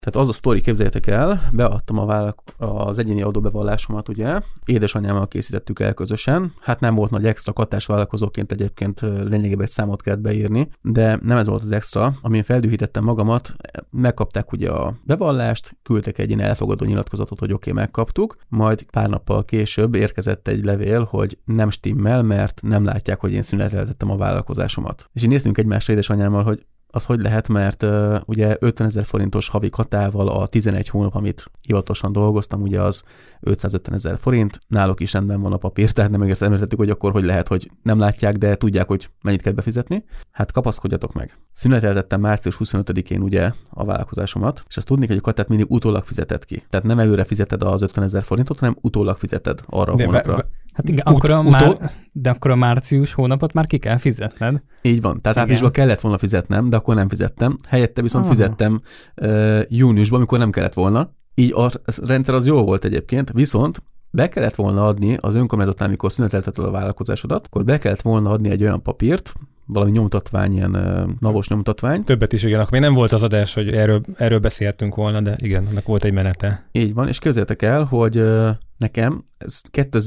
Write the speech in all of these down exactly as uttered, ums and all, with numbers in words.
Tehát az a sztori, képzeljétek el, beadtam a vállalk- az egyéni adóbevallásomat, ugye, édesanyámmal készítettük el közösen, hát nem volt nagy extra, katás vállalkozóként egyébként lényegében egy számot kellett beírni, de nem ez volt az extra, amin feldühítettem magamat, megkapták ugye a bevallást, küldtek egy ilyen elfogadó nyilatkozatot, hogy oké, okay, megkaptuk, majd pár nappal később érkezett egy levél, hogy nem stimmel, mert nem látják, hogy én szüneteltettem a vállalkozásomat. És így néztünk egymásra édesanyámmal, hogy az hogy lehet, mert uh, ugye ötvenezer forintos havi katával a tizenegy hónap, amit hivatalosan dolgoztam, ugye az ötszázötvenezer forint, náluk is rendben van a papír, tehát nem egészen említettük, hogy akkor hogy lehet, hogy nem látják, de tudják, hogy mennyit kell befizetni. Hát kapaszkodjatok meg. Szüneteltettem március huszonötödikén ugye a vállalkozásomat, és azt tudni, hogy a katát mindig utólag fizetett ki. Tehát nem előre fizeted az ötvenezer forintot, hanem utólag fizeted arra a hónapra. Be, be, Hát igen, Ut- akkor a utol... már, de akkor a március hónapot már ki kell fizetned. Így van. Tehát áprilisban kellett volna fizetnem, de akkor nem fizettem. Helyette viszont Aha. fizettem uh, júniusban, amikor nem kellett volna. Így a rendszer az jó volt egyébként, viszont be kellett volna adni az önkormányzatnál, amikor szünetelteted a vállalkozásodat, akkor be kellett volna adni egy olyan papírt, valami nyomtatvány, ilyen uh, navos nyomtatvány. Többet is, igen. Akkor még nem volt az adás, hogy erről, erről beszéltünk volna, de igen, annak volt egy menete. Így van, és képzeljétek el, hogy uh, nekem ez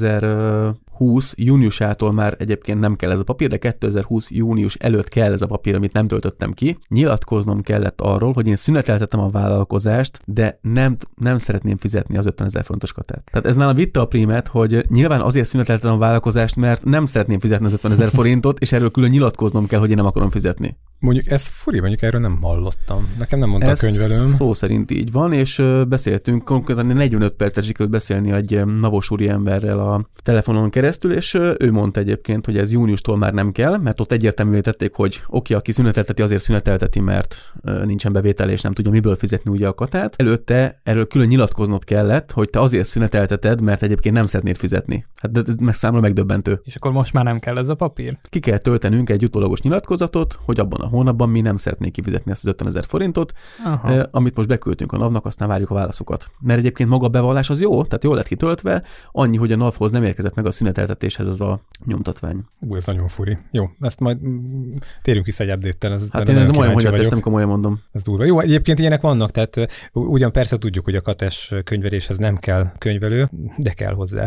kétezer-húsz júniusától már egyébként nem kell ez a papír, de kétezer-húsz június előtt kell ez a papír, amit nem töltöttem ki. Nyilatkoznom kellett arról, hogy én szüneteltettem a vállalkozást, de nem, nem szeretném fizetni az ötvenezer forintos katát. Tehát ez nálam vitte a prímet, hogy nyilván azért szüneteltettem a vállalkozást, mert nem szeretném fizetni az ötvenezer forintot, és erről külön nyilatkoznom kell, hogy én nem akarom fizetni. Mondjuk ez furi, mondjuk erről nem hallottam. Nekem nem mondta ez a könyvelőm. Szó szerint így van, és beszéltünk, konkrétan negyvenöt percet sikerült beszélni egy navos úri emberrel a telefonon keresztül, és ő mondta egyébként, hogy ez júniustól már nem kell, mert ott egyértelművé tették, hogy oké, aki szünetelteti, azért szünetelteti, mert nincsen bevétel, és nem tudja miből fizetni ugye a katát. Előtte erről külön nyilatkoznod kellett, hogy te azért szünetelteted, mert egyébként nem szeretnéd fizetni. Hát ez meg számomra megdöbbentő. És akkor most már nem kell ez a papír? Ki kell töltenünk egy utólagos nyilatkozatot, hogy abban a hónapban mi nem szeretnénk kifizetni ezt az ötvenezer forintot, eh, amit most beküldtünk a NAV-nak, aztán várjuk a válaszokat. Mert egyébként maga a bevallás az jó, tehát jól lett kitöltve, annyi, hogy a NAV-hoz nem érkezett meg a szüneteltetéshez az a nyomtatvány. Ú, ez nagyon furi. Jó, ezt majd térjünk vissza egy update-tel. Ez hát én ez olyan, hogy ezt nem komolyan mondom. Ez durva. Jó, egyébként ilyenek vannak, tehát ugyan persze tudjuk, hogy a katás könyveléshez nem kell könyvelő, de kell hozzá.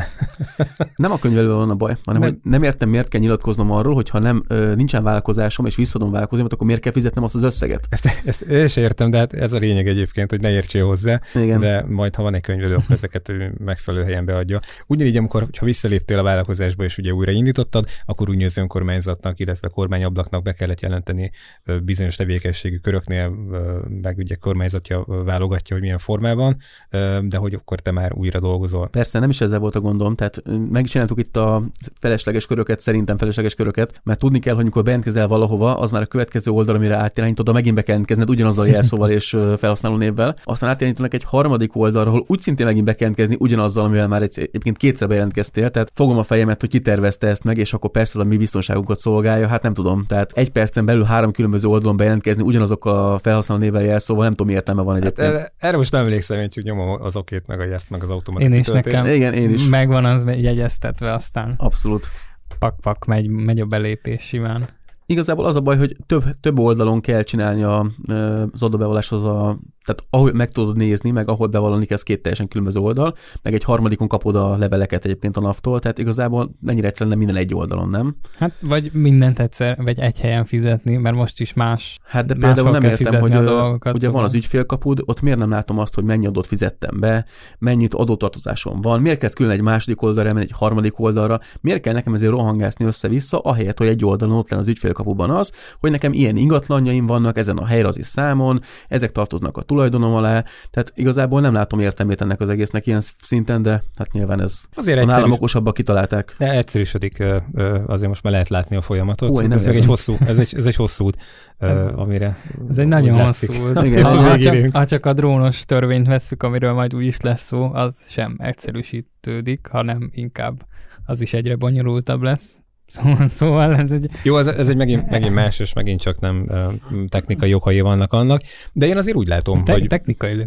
Nem a könyvelő van a baj, hanem nem. Hogy nem értem, miért kell nyilatkoznom arról, hogy ha nem, nincsen vállalkozásom, és visszadom vállalkozásomat, akkor miért kell fizetnem azt az összeget? Ezt, ezt én is értem, de hát ez a lényeg egyébként, hogy ne értsél hozzá, igen. De majd, ha van egy könyvelő, akkor ezeket megfelelő helyen beadja. Ugyanígy, amikor, ha visszaléptél a vállalkozásba, és ugye újra indítottad, akkor úgy az önkormányzatnak, illetve kormányablaknak be kellett jelenteni bizonyos tevékenységű köröknél, meg ugye kormányzatja válogatja, hogy milyen formában, de hogy akkor te már újra dolgozol. Persze, nem is ezzel volt a gondom, tehát megcsináltuk itt a felesleges köröket, szerintem felesleges köröket, mert tudni kell, hogy amikor bejelentkezel valahova, az már a következő oldal, amire átirányítod, megint be kell jelentkezned ugyanazzal a jelszóval és felhasználó névvel. Aztán átirányítanak egy harmadik oldalra, ahol úgy szintén megint be kell jelentkezni ugyanazzal, amivel már egy, egyébként kétszer bejelentkeztél. Tehát fogom a fejemet, hogy kitervezte ezt meg, és akkor persze az a mi biztonságunkat szolgálja. Hát nem tudom. Tehát egy percen belül három különböző oldalon bejelentkezni ugyanazokkal a felhasználó névvel jelszóval, nem tudom, értelme van egyébként. Hát, erre most nem emlékszem, én csak nyomom az okét, meg a yes, meg az automatika. Én is nekem. Igen, én is. Megvan az jegyeztetve aztán. Abszolút. Pak-pak megy, megy a belépés simán. Igazából az a baj, hogy több, több oldalon kell csinálni a, az adóbevalláshoz a tehát ahol meg tudod nézni, meg ahol bevallani kell, ez két teljesen különböző oldal, meg egy harmadikon kapod a leveleket egyébként a NAV-tól, tehát igazából mennyire egyszerűen nem minden egy oldalon, nem? Hát vagy mindent egyszer, vagy egy helyen fizetni, mert most is más. Hát de például nem értem, hogy dolgokat, ugye szóval. Van az ügyfélkapud, ott miért nem látom azt, hogy mennyi adót fizettem be, mennyit adótartozásom van, miért kell külön egy második oldalra, menni egy harmadik oldalra, miért kell nekem ezért rohangászni össze-vissza, ahelyett, hogy egy oldalon ott lenne az ügyfélkapuban az, hogy nekem ilyen ingatlanjaim vannak ezen a helyrazi számon, ezek tartoznak a tulajdonom alá, tehát igazából nem látom értelmét ennek az egésznek ilyen szinten, de hát nyilván ez azért a nálam okosabbak kitalálták. De egyszerűsödik, azért most már lehet látni a folyamatot. Ó, ez, egy hosszú, ez, egy, ez egy hosszú út, ez, amire... Ez egy nagyon hosszú út. Igen, ha, ha, csak, ha csak a drónos törvényt vesszük, amiről majd úgy is lesz szó, az sem egyszerűsítődik, hanem inkább az is egyre bonyolultabb lesz. Szóval, szóval ez egy... Jó, ez, ez egy megint, megint más, és megint csak nem uh, technikai okai vannak annak, de én azért úgy látom, Te- hogy... Technikailag is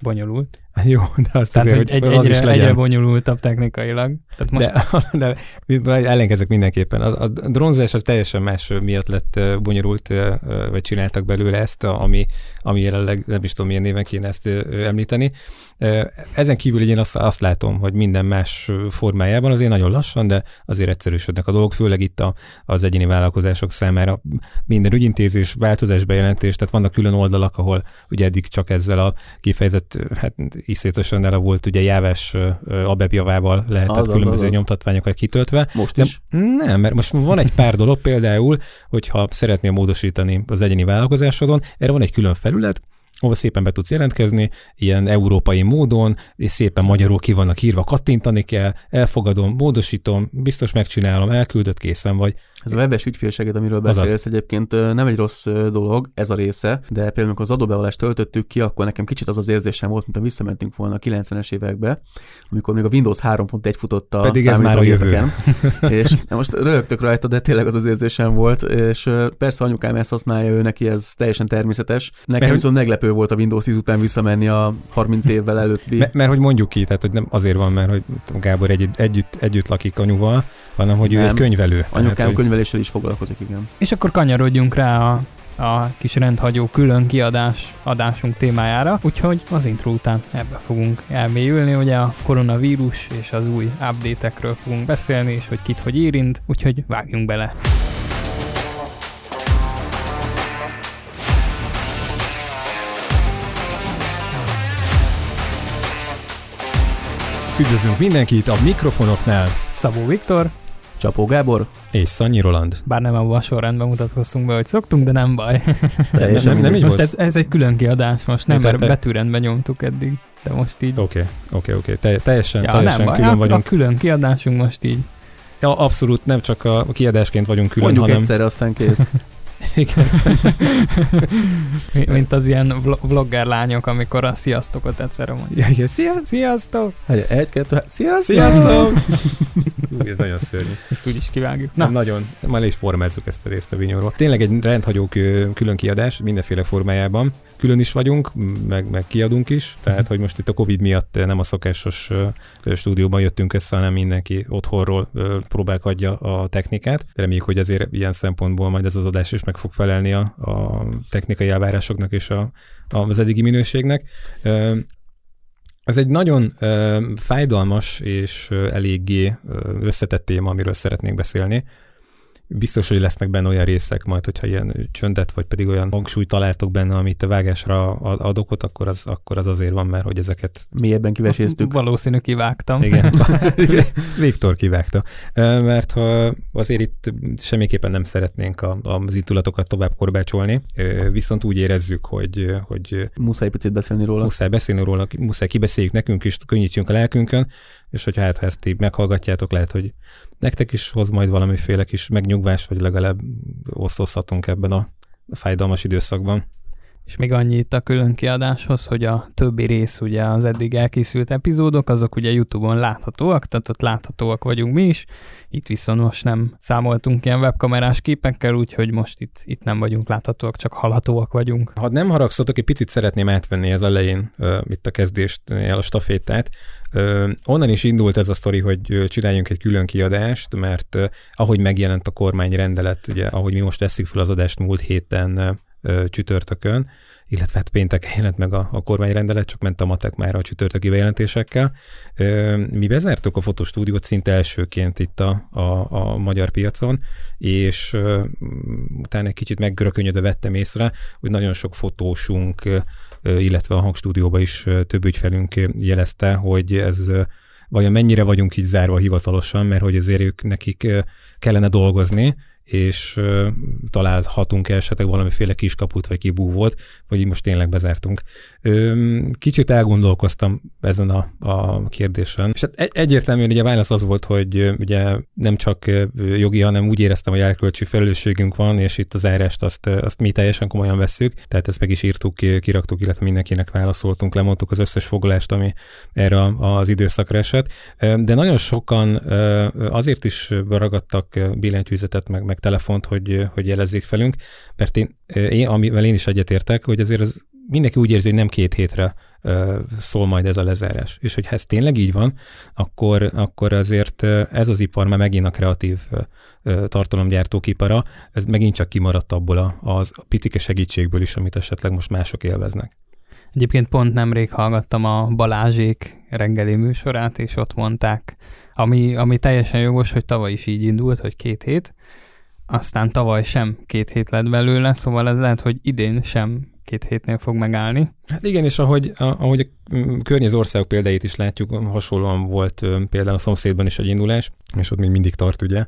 bonyolult. Jó, de azt Tehát, azért, hogy, hogy egy, az egyre, is legyen. egyre bonyolultabb technikailag. Tehát most... De, de ellenkezek mindenképpen. A, a drónzás az teljesen más miatt lett bonyolult, vagy csináltak belőle ezt, ami, ami jelenleg nem is tudom, milyen néven kéne ezt említeni. Ezen kívül én azt, azt látom, hogy minden más formájában azért nagyon lassan, de azért egyszerűsödnek a dolgok, főleg itt a, az egyéni vállalkozások számára. Minden ügyintézés, változásbejelentés, tehát vannak külön oldalak, ahol ugye eddig csak ezzel a kifejezett, hát iszonyatosan elavult ugye jávás abebjavával lehetett az, különböző az, az. nyomtatványokat kitöltve. Most de is? Nem, mert most van egy pár dolog például, hogyha szeretnél módosítani az egyéni vállalkozásodon, erre van egy külön felület, ahol szépen be tudsz jelentkezni, ilyen európai módon, és szépen magyarul ki vannak írva, kattintani kell, elfogadom, módosítom, biztos megcsinálom, elküldött, készen vagy. Ez a webes ügyfélsegéd, amiről beszélsz, Azaz. egyébként nem egy rossz dolog, ez a része, de például amikor az adóbevallást töltöttük ki, akkor nekem kicsit az az érzésem volt, mint ha visszamentünk volna a kilencvenes évekbe, amikor még a Windows három pont egy futott a Pedig ez már a jövő. És most rögtök rajta, de tényleg az az érzésem volt, és persze anyukám ezt használja, ő neki ez teljesen természetes. Nekem mert, viszont meglepő volt a Windows tíz után visszamenni a harminc évvel előtti. Mert, mert hogy mondjuk ki, tehát hogy nem azért van, mert hogy Gábor egy, együtt, együtt lakik anyuval, hanem hogy nem. ő egy könyvelő. Anyukám tehát, könyveléssel is foglalkozik, igen. És akkor kanyarodjunk rá a, a kis rendhagyó külön kiadás adásunk témájára, úgyhogy az intro után ebbe fogunk elmélyülni, ugye a koronavírus és az új update-ekről fogunk beszélni, és hogy kit hogy érint, úgyhogy vágjunk bele. Üdvözlünk mindenkit a mikrofonoknál. Szabó Viktor, Csapó Gábor és Szanyi Roland. Bár nem abban a sorrendben mutatkoztunk be, hogy szoktunk, de nem baj. nem, nem, nem így most ez, ez egy külön kiadás, most nem, mert te... betűrendben nyomtuk eddig, de most így... Oké, oké, oké, teljesen, ja, teljesen nem külön baj, vagyunk. A külön kiadásunk most így. Ja, abszolút, nem csak a kiadásként vagyunk külön, mondjuk hanem... egyszerre, aztán kész. Igen. Mint az ilyen vlogger lányok, amikor a sziasztokot egyszerre mondják. Ja, igen. Szia, sziasztok! Egy, kettő, hát, sziasztok! Sziasztok! Ú, ez nagyon szörnyű. Ezt úgy is kivágjuk. Na. Nagyon. Már is formázzuk ezt a részt a vinyóról. Tényleg egy rendhagyó külön kiadás, mindenféle formájában. Külön is vagyunk, meg, meg kiadunk is, tehát hogy most itt a Covid miatt nem a szokásos stúdióban jöttünk össze, hanem mindenki otthonról próbálkodja a technikát. Reméljük, hogy azért ilyen szempontból majd ez az adás is meg fog felelni a, a technikai elvárásoknak és a, az eddigi minőségnek. Ez egy nagyon fájdalmas és eléggé összetett téma, amiről szeretnénk beszélni. Biztos, hogy lesznek benne olyan részek majd, hogyha ilyen csöndet, vagy pedig olyan hangsúlyt találtok benne, amit a vágásra ad okot, akkor az, akkor az azért van, mert hogy ezeket... Mélyebben kiveséztük. Valószínű kivágtam. Igen, Viktor kivágta. Mert ha azért itt semmiképpen nem szeretnénk a, az indulatokat tovább korbácsolni, viszont úgy érezzük, hogy... hogy muszáj picit beszélni róla. Muszáj beszélni róla, muszáj kibeszéljük nekünk is, könnyítsünk a lelkünkön, és hogyha hát, ha ezt így meghallgatjátok, lehet, hogy nektek is hoz majd valamiféle kis megnyugvást, vagy legalább osztozhatunk ebben a fájdalmas időszakban. És még annyi itt a külön kiadáshoz, hogy a többi rész, ugye az eddig elkészült epizódok, azok ugye YouTube-on láthatóak, tehát ott láthatóak vagyunk mi is. Itt viszont most nem számoltunk ilyen webkamerás képekkel, úgyhogy most itt, itt nem vagyunk láthatóak, csak hallhatóak vagyunk. Ha nem haragszotok, egy picit szeretném átvenni ez elején uh, itt a kezdést, a stafétát. Uh, onnan is indult ez a sztori, hogy uh, csináljunk egy külön kiadást, mert uh, ahogy megjelent a kormányrendelet, ugye, ahogy mi most tesszük fel az adást múlt héten uh, csütörtökön, illetve hát pénteken jelent meg a, a kormányrendelet, csak ment a matek már a csütörtöki bejelentésekkel. Mi bezártuk a fotostúdiót szinte elsőként itt a, a, a magyar piacon, és utána egy kicsit megrökönyödve vettem észre, hogy nagyon sok fotósunk, illetve a hangstúdióban is több ügyfelünk jelezte, hogy ez vajon mennyire vagyunk így zárva hivatalosan, mert hogy azért ők nekik kellene dolgozni, és uh, találhatunk esetleg valamiféle kiskaput, vagy kibúvót, vagy így most tényleg bezártunk. Um, kicsit elgondolkoztam ezen a, a kérdésen, és hát egy, egyértelműen ugye a válasz az volt, hogy uh, ugye nem csak uh, jogi, hanem úgy éreztem, hogy elkölcsi felelősségünk van, és itt az zárást azt, uh, azt mi teljesen komolyan vesszük, tehát ezt meg is írtuk, kiraktuk, illetve mindenkinek válaszoltunk, lemondtuk az összes foglalást, ami erre az időszakra esett. Uh, de nagyon sokan uh, azért is ragadtak uh, billentyűzetet, meg meg telefont, hogy, hogy jelezzék felünk, mert én, én, amivel én is egyetértek, hogy azért az mindenki úgy érzi, hogy nem két hétre szól majd ez a lezárás. És hogyha ez tényleg így van, akkor, akkor azért ez az ipar már megint a kreatív tartalomgyártók ipara, ez megint csak kimaradt abból a, az a picike segítségből is, amit esetleg most mások élveznek. Egyébként pont nemrég hallgattam a Balázsék reggeli műsorát, és ott mondták, ami, ami teljesen jogos, hogy tavaly is így indult, hogy két hét, aztán tavaly sem két hét lett belőle, szóval ez lehet, hogy idén sem két hétnél fog megállni. Hát igen, és ahogy, ahogy a környező országok példáit is látjuk, hasonlóan volt például a szomszédban is egy indulás, és ott még mindig tart, ugye.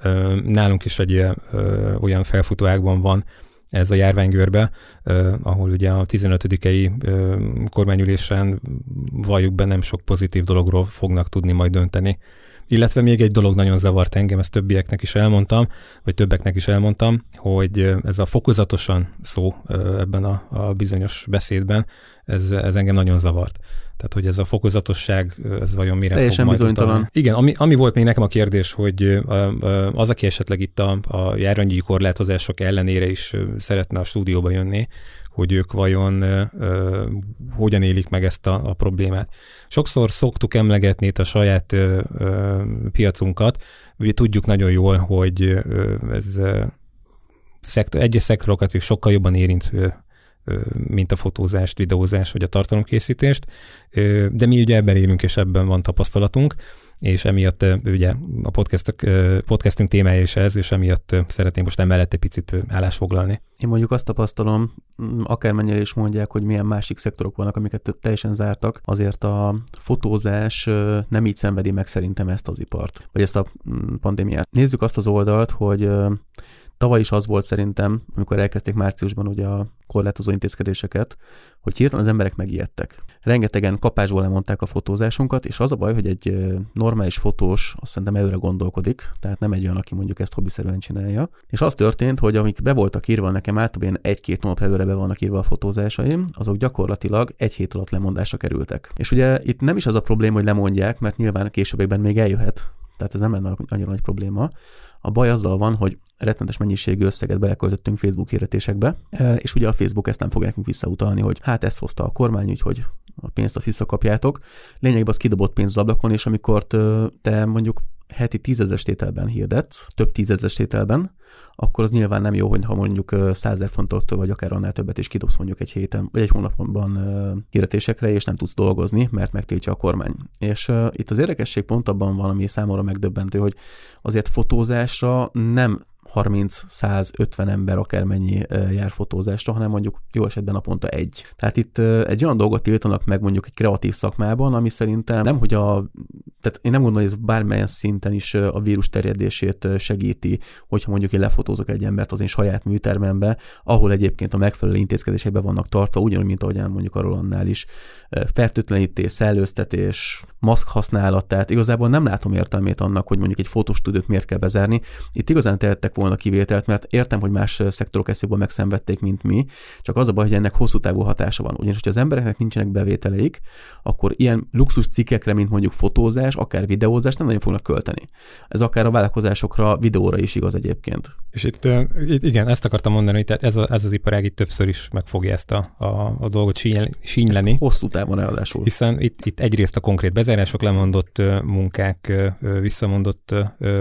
Nálunk is egy olyan felfutóágban van ez a járványgörbe, ahol ugye a tizenötödikei kormányülésen valljuk be nem sok pozitív dologról fognak tudni majd dönteni. Illetve még egy dolog nagyon zavart engem, ezt többieknek is elmondtam, vagy többeknek is elmondtam, hogy ez a fokozatosan szó ebben a, a bizonyos beszédben, ez, ez engem nagyon zavart. Tehát, hogy ez a fokozatosság, ez vajon mire teljesen fog majd bizonytalan. utalni. Igen, ami, ami volt még nekem a kérdés, hogy az, aki esetleg itt a, a járványügyi korlátozások ellenére is szeretne a stúdióba jönni, hogy ők vajon ö, ö, hogyan élik meg ezt a, a problémát. Sokszor szoktuk emlegetni itt a saját ö, ö, piacunkat, ugye tudjuk nagyon jól, hogy ö, ez ö, szektor, egyes szektorokat sokkal jobban érint, ö, ö, mint a fotózást, videózást vagy a tartalomkészítést, ö, de mi ugye ebben élünk, és ebben van tapasztalatunk, és emiatt ugye a podcast, podcastünk témája is ez, és emiatt szeretném most emellett egy picit állásfoglalni. Én mondjuk azt tapasztalom, akármennyire is mondják, hogy milyen másik szektorok vannak, amiket teljesen zártak, azért a fotózás nem így szenvedi meg szerintem ezt az ipart, vagy ezt a pandémiát. Nézzük azt az oldalt, hogy tavaly is az volt szerintem, amikor elkezdték márciusban ugye a korlátozó intézkedéseket, hogy hirtelen az emberek megijedtek. Rengetegen kapásból lemondták a fotózásunkat, és az a baj, hogy egy normális fotós azt szerintem előre gondolkodik, tehát nem egy olyan, aki mondjuk ezt hobbiszerűen csinálja. És az történt, hogy amik be voltak írva nekem, általában egy-két hónap előre be vannak írva a fotózásaim, azok gyakorlatilag egy hét alatt lemondásra kerültek. És ugye itt nem is az a probléma, hogy lemondják, mert nyilván a későbbiekben még eljöhet. Tehát ez nem lenne annyira nagy probléma. A baj azzal van, hogy rettenetes mennyiségű összeget beleköltöttünk Facebook hirdetésekbe, és ugye a Facebook ezt nem fogja nekünk visszautalni, hogy hát ezt hozta a kormány, úgyhogy a pénzt azt visszakapjátok. Lényegében az kidobott pénz az ablakon, és amikor te mondjuk heti tízezres tételben hirdetsz, több tízezres tételben, akkor az nyilván nem jó, hogy ha mondjuk százezer fontot, vagy akár annál többet is kidobsz mondjuk egy héten, vagy egy hónapban hirdetésekre, és nem tudsz dolgozni, mert megtiltja a kormány. És uh, itt az érdekesség pont abban van, ami számomra megdöbbentő, hogy azért fotózásra nem harminc-száz ötven ember akármennyi jár fotózásra, hanem mondjuk jó esetben naponta egy. Tehát itt egy olyan dolgot tiltanak meg mondjuk egy kreatív szakmában, ami szerintem nem, hogy a, tehát én nem gondolom, hogy ez bármilyen szinten is a vírus terjedését segíti, hogyha mondjuk én lefotózok egy embert az én saját műtermembe, ahol egyébként a megfelelő intézkedésekben vannak tartva, ugyanúgy, mint ahogyan mondjuk arról annál is fertőtlenítés, szellőztetés, maszk használat, tehát igazából nem látom értelmét annak, hogy mondjuk egy fotostúdiót miért kell bezárni. Itt igazán tehettek volna kivételt, mert értem, hogy más szektorok ezt jobban megszenvedték, mint mi, csak az a baj, hogy ennek hosszú távú hatása van. Ugyanis, hogyha az embereknek nincsenek bevételeik, akkor ilyen luxus cikkekre, mint mondjuk fotózás, akár videózás nem nagyon fognak költeni. Ez akár a vállalkozásokra, videóra is igaz egyébként. És itt, itt igen, ezt akartam mondani, hogy tehát ez, a, ez az iparág itt többször is meg fogja ezt a, a, a dolgot sínyleni. Ezt hosszú távon ráadásul. Hiszen itt, itt egyrészt a konkrét bezárások, lemondott munkák, visszamondott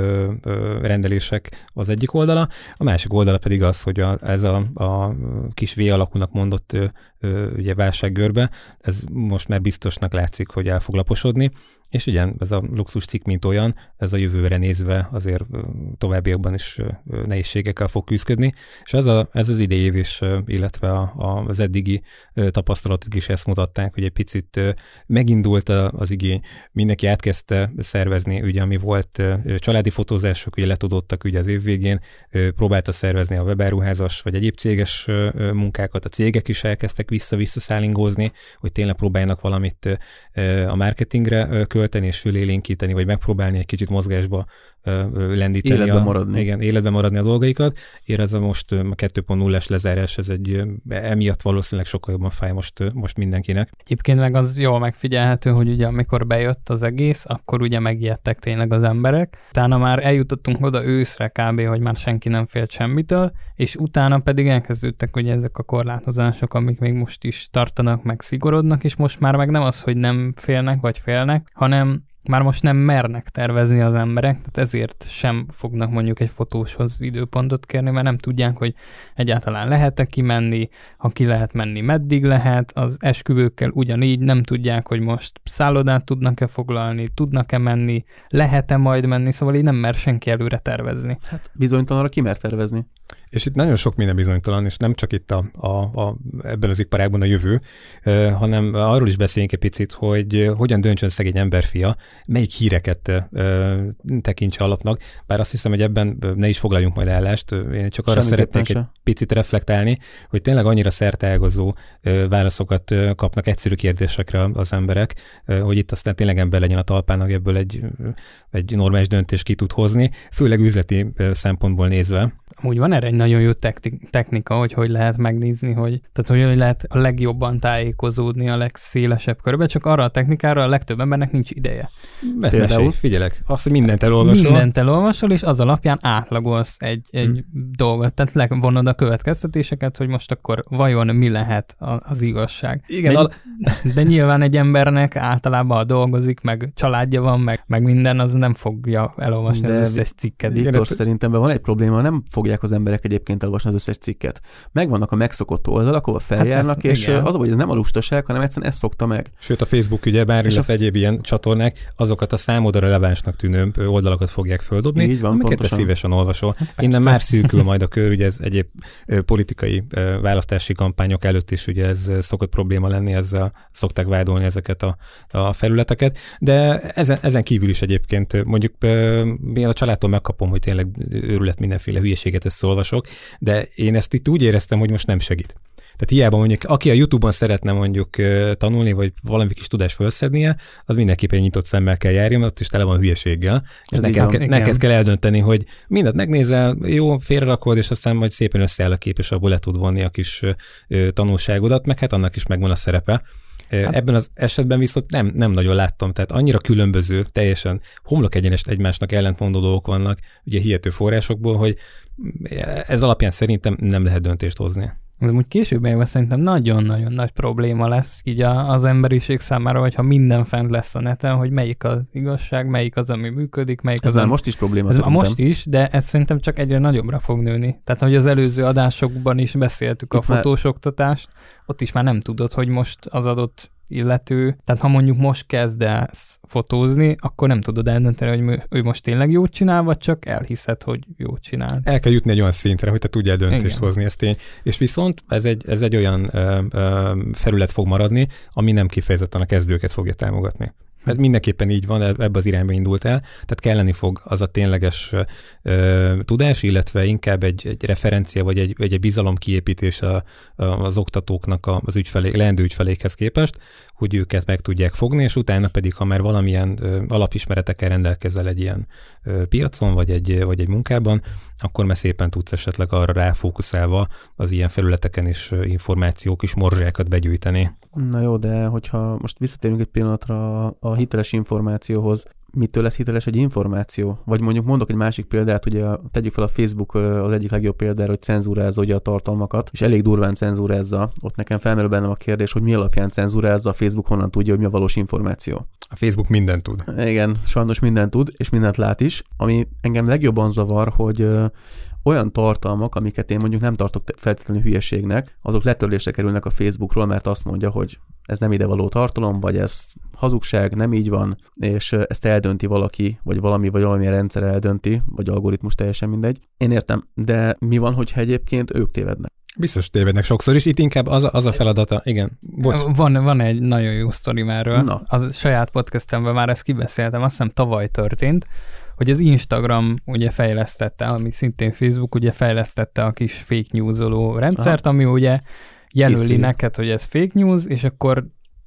rendelések az egyik oldala, a másik oldala pedig az, hogy a, ez a, a kis V alakúnak mondott ugye válsággörbe, ez most már biztosnak látszik, hogy el fog laposodni, és igen, ez a luxus cikk, mint olyan, ez a jövőre nézve azért továbbiakban is nehézségekkel fog küzdködni, és ez, a, ez az idei év is, illetve a, a, az eddigi tapasztalatok is ezt mutatták, hogy egy picit megindult az igény, mindenki átkezdte szervezni, ugye ami volt családi fotózások, ugye letudottak ugye az év végén, próbálta szervezni a webáruházas vagy egyéb céges munkákat, a cégek is elkezdtek vissza-vissza szállingózni, hogy tényleg próbáljanak valamit a marketingre költeni és fölélénkíteni, vagy megpróbálni egy kicsit mozgásba lendíteni. Életben a, maradni. Igen, életben maradni a dolgaikat. Ér ez a most a kettő pont nullás lezárás, ez egy emiatt valószínűleg sokkal jobban fáj most, most mindenkinek. Egyébként meg az jól megfigyelhető, hogy ugye amikor bejött az egész, akkor ugye megijedtek tényleg az emberek. Utána már eljutottunk oda őszre kb., hogy már senki nem félt semmitől, és utána pedig elkezdődtek ugye ezek a korlátozások, amik még most is tartanak, meg szigorodnak, és most már meg nem az, hogy nem félnek vagy félnek, hanem már most nem mernek tervezni az emberek, tehát ezért sem fognak mondjuk egy fotóshoz időpontot kérni, mert nem tudják, hogy egyáltalán lehet-e kimenni, ha ki lehet menni, meddig lehet, az esküvőkkel ugyanígy nem tudják, hogy most szállodát tudnak-e foglalni, tudnak-e menni, lehet-e majd menni, szóval így nem mer senki előre tervezni. Hát bizonytalanra ki mer tervezni. És itt nagyon sok minden bizonytalan, és nem csak itt a, a, a, ebben az iparágban a jövő, uh, hanem arról is beszéljünk egy picit, hogy uh, hogyan döntsön szegény emberfia, melyik híreket uh, tekintse alapnak, bár azt hiszem, hogy ebben uh, ne is foglaljunk majd állást, uh, én csak arra szeretnék egy picit reflektálni, hogy tényleg annyira szerteágazó uh, válaszokat uh, kapnak egyszerű kérdésekre az emberek, uh, hogy itt aztán tényleg ember legyen a talpának, ebből egy, uh, egy normális döntést ki tud hozni, főleg üzleti uh, szempontból nézve. Amúgy van erre egy nagyon jó technika, hogy hogy lehet megnézni, hogy, tehát hogy lehet a legjobban tájékozódni a legszélesebb körbe, csak arra a technikára a legtöbb embernek nincs ideje. Mesélj, figyelek, azt, hogy mindent elolvasol. Mindent elolvasol, és az alapján átlagolsz egy, egy hmm. dolgot, tehát levonod a következtetéseket, hogy most akkor vajon mi lehet az igazság. Igen, de, al- de nyilván egy embernek általában dolgozik, meg családja van, meg, meg minden, az nem fogja elolvasni de az összes cikket. Viktor, szerintem van egy probléma, nem fogják az emberek egyébként elolvasni az összes cikket. Megvannak a megszokott oldalak, ahol feljárnak, hát ez, és igen. Az, hogy ez nem a lustaság, hanem egyszerűen ezt szokta meg. Sőt, a Facebook ugye bár, illetve a... egyéb ilyen csatornák, azokat a számodra relevánsnak tűnő oldalakat fogják földobni, így van, amiket te szívesen olvasol. Hát innen már szűkül majd a kör, ugye ez egyéb politikai választási kampányok előtt is ugye ez szokott probléma lenni, ezzel szokták vádolni ezeket a, a felületeket, de ezen, ezen kívül is egyébként mondjuk én a családtól megkapom, hogy tényleg őrület mindenféle hülyeséget ezt olvasok, de én ezt itt úgy éreztem, hogy most nem segít. Tehát hiába mondjuk, aki a YouTube-on szeretne mondjuk tanulni, vagy valami kis tudást felszednie, az mindenképpen nyitott szemmel kell járjon, ott is tele van hülyeséggel. És neked, ke, neked kell eldönteni, hogy mindent megnézel, jó, félrerakod, és aztán majd szépen összeáll a kép, és abból le tud vonni a kis tanulságodat, meg hát annak is megvan a szerepe. Hát. Ebben az esetben viszont nem, nem nagyon láttam, tehát annyira különböző, teljesen homlok egyenest egymásnak ellentmondó dolgok vannak, ugye hihető forrásokból, hogy ez alapján szerintem nem lehet döntést hozni. Ez úgy később évben szerintem nagyon-nagyon nagy probléma lesz így a, az emberiség számára, hogyha minden fent lesz a neten, hogy melyik az igazság, melyik az, ami működik, melyik ez az, már ami... most is probléma ez szerintem. Most is, de ez szerintem csak egyre nagyobbra fog nőni. Tehát, hogy az előző adásokban is beszéltük Itt a fotós már... oktatást, ott is már nem tudod, hogy most az adott illető, tehát ha mondjuk most kezdesz fotózni, akkor nem tudod eldönteni, hogy ő most tényleg jót csinál, vagy csak elhiszed, hogy jót csinál. El kell jutni egy olyan szintre, hogy te tudjál döntést Igen. hozni, ez tény. És viszont ez egy, ez egy olyan ö, ö, felület fog maradni, ami nem kifejezetten a kezdőket fogja támogatni. Mert mindenképpen így van, ebbe az irányba indult el, tehát kelleni fog az a tényleges ö, tudás, illetve inkább egy, egy referencia, vagy egy, egy bizalom kiépítés a, a, az oktatóknak a, az ügyfelé, leendő ügyfelékhez képest, hogy őket meg tudják fogni, és utána pedig, ha már valamilyen ö, alapismeretekkel rendelkezel egy ilyen ö, piacon, vagy egy, vagy egy munkában, akkor már szépen tudsz esetleg arra ráfókuszálva az ilyen felületeken is ö, információk és morzsákat begyűjteni. Na jó, de hogyha most visszatérünk egy pillanatra a hiteles információhoz, mitől lesz hiteles egy információ? Vagy mondjuk mondok egy másik példát, ugye tegyük fel a Facebook az egyik legjobb példára, hogy cenzúrázza ugye a tartalmakat, és elég durván cenzúrázza. Ott nekem felmerül bennem a kérdés, hogy mi alapján cenzúrázza, a Facebook honnan tudja, hogy mi a valós információ. A Facebook mindent tud. Igen, sajnos mindent tud, és mindent lát is. Ami engem legjobban zavar, hogy olyan tartalmak, amiket én mondjuk nem tartok feltétlenül hülyeségnek, azok letörlésre kerülnek a Facebookról, mert azt mondja, hogy ez nem idevaló tartalom, vagy ez hazugság, nem így van, és ezt eldönti valaki, vagy valami, vagy valamilyen rendszer eldönti, vagy algoritmus, teljesen mindegy. Én értem, de mi van, hogyha egyébként ők tévednek? Biztos tévednek sokszor is, itt inkább az a, az a feladata, igen. Bocs. Van, van egy nagyon jó sztorim erről, Na. az saját podcastemben már ezt kibeszéltem, azt hiszem tavaly történt, hogy az Instagram ugye fejlesztette, ami szintén Facebook ugye fejlesztette a kis fake newsoló rendszert, Aha. ami ugye jelöli Készül. neked, hogy ez fake news, és akkor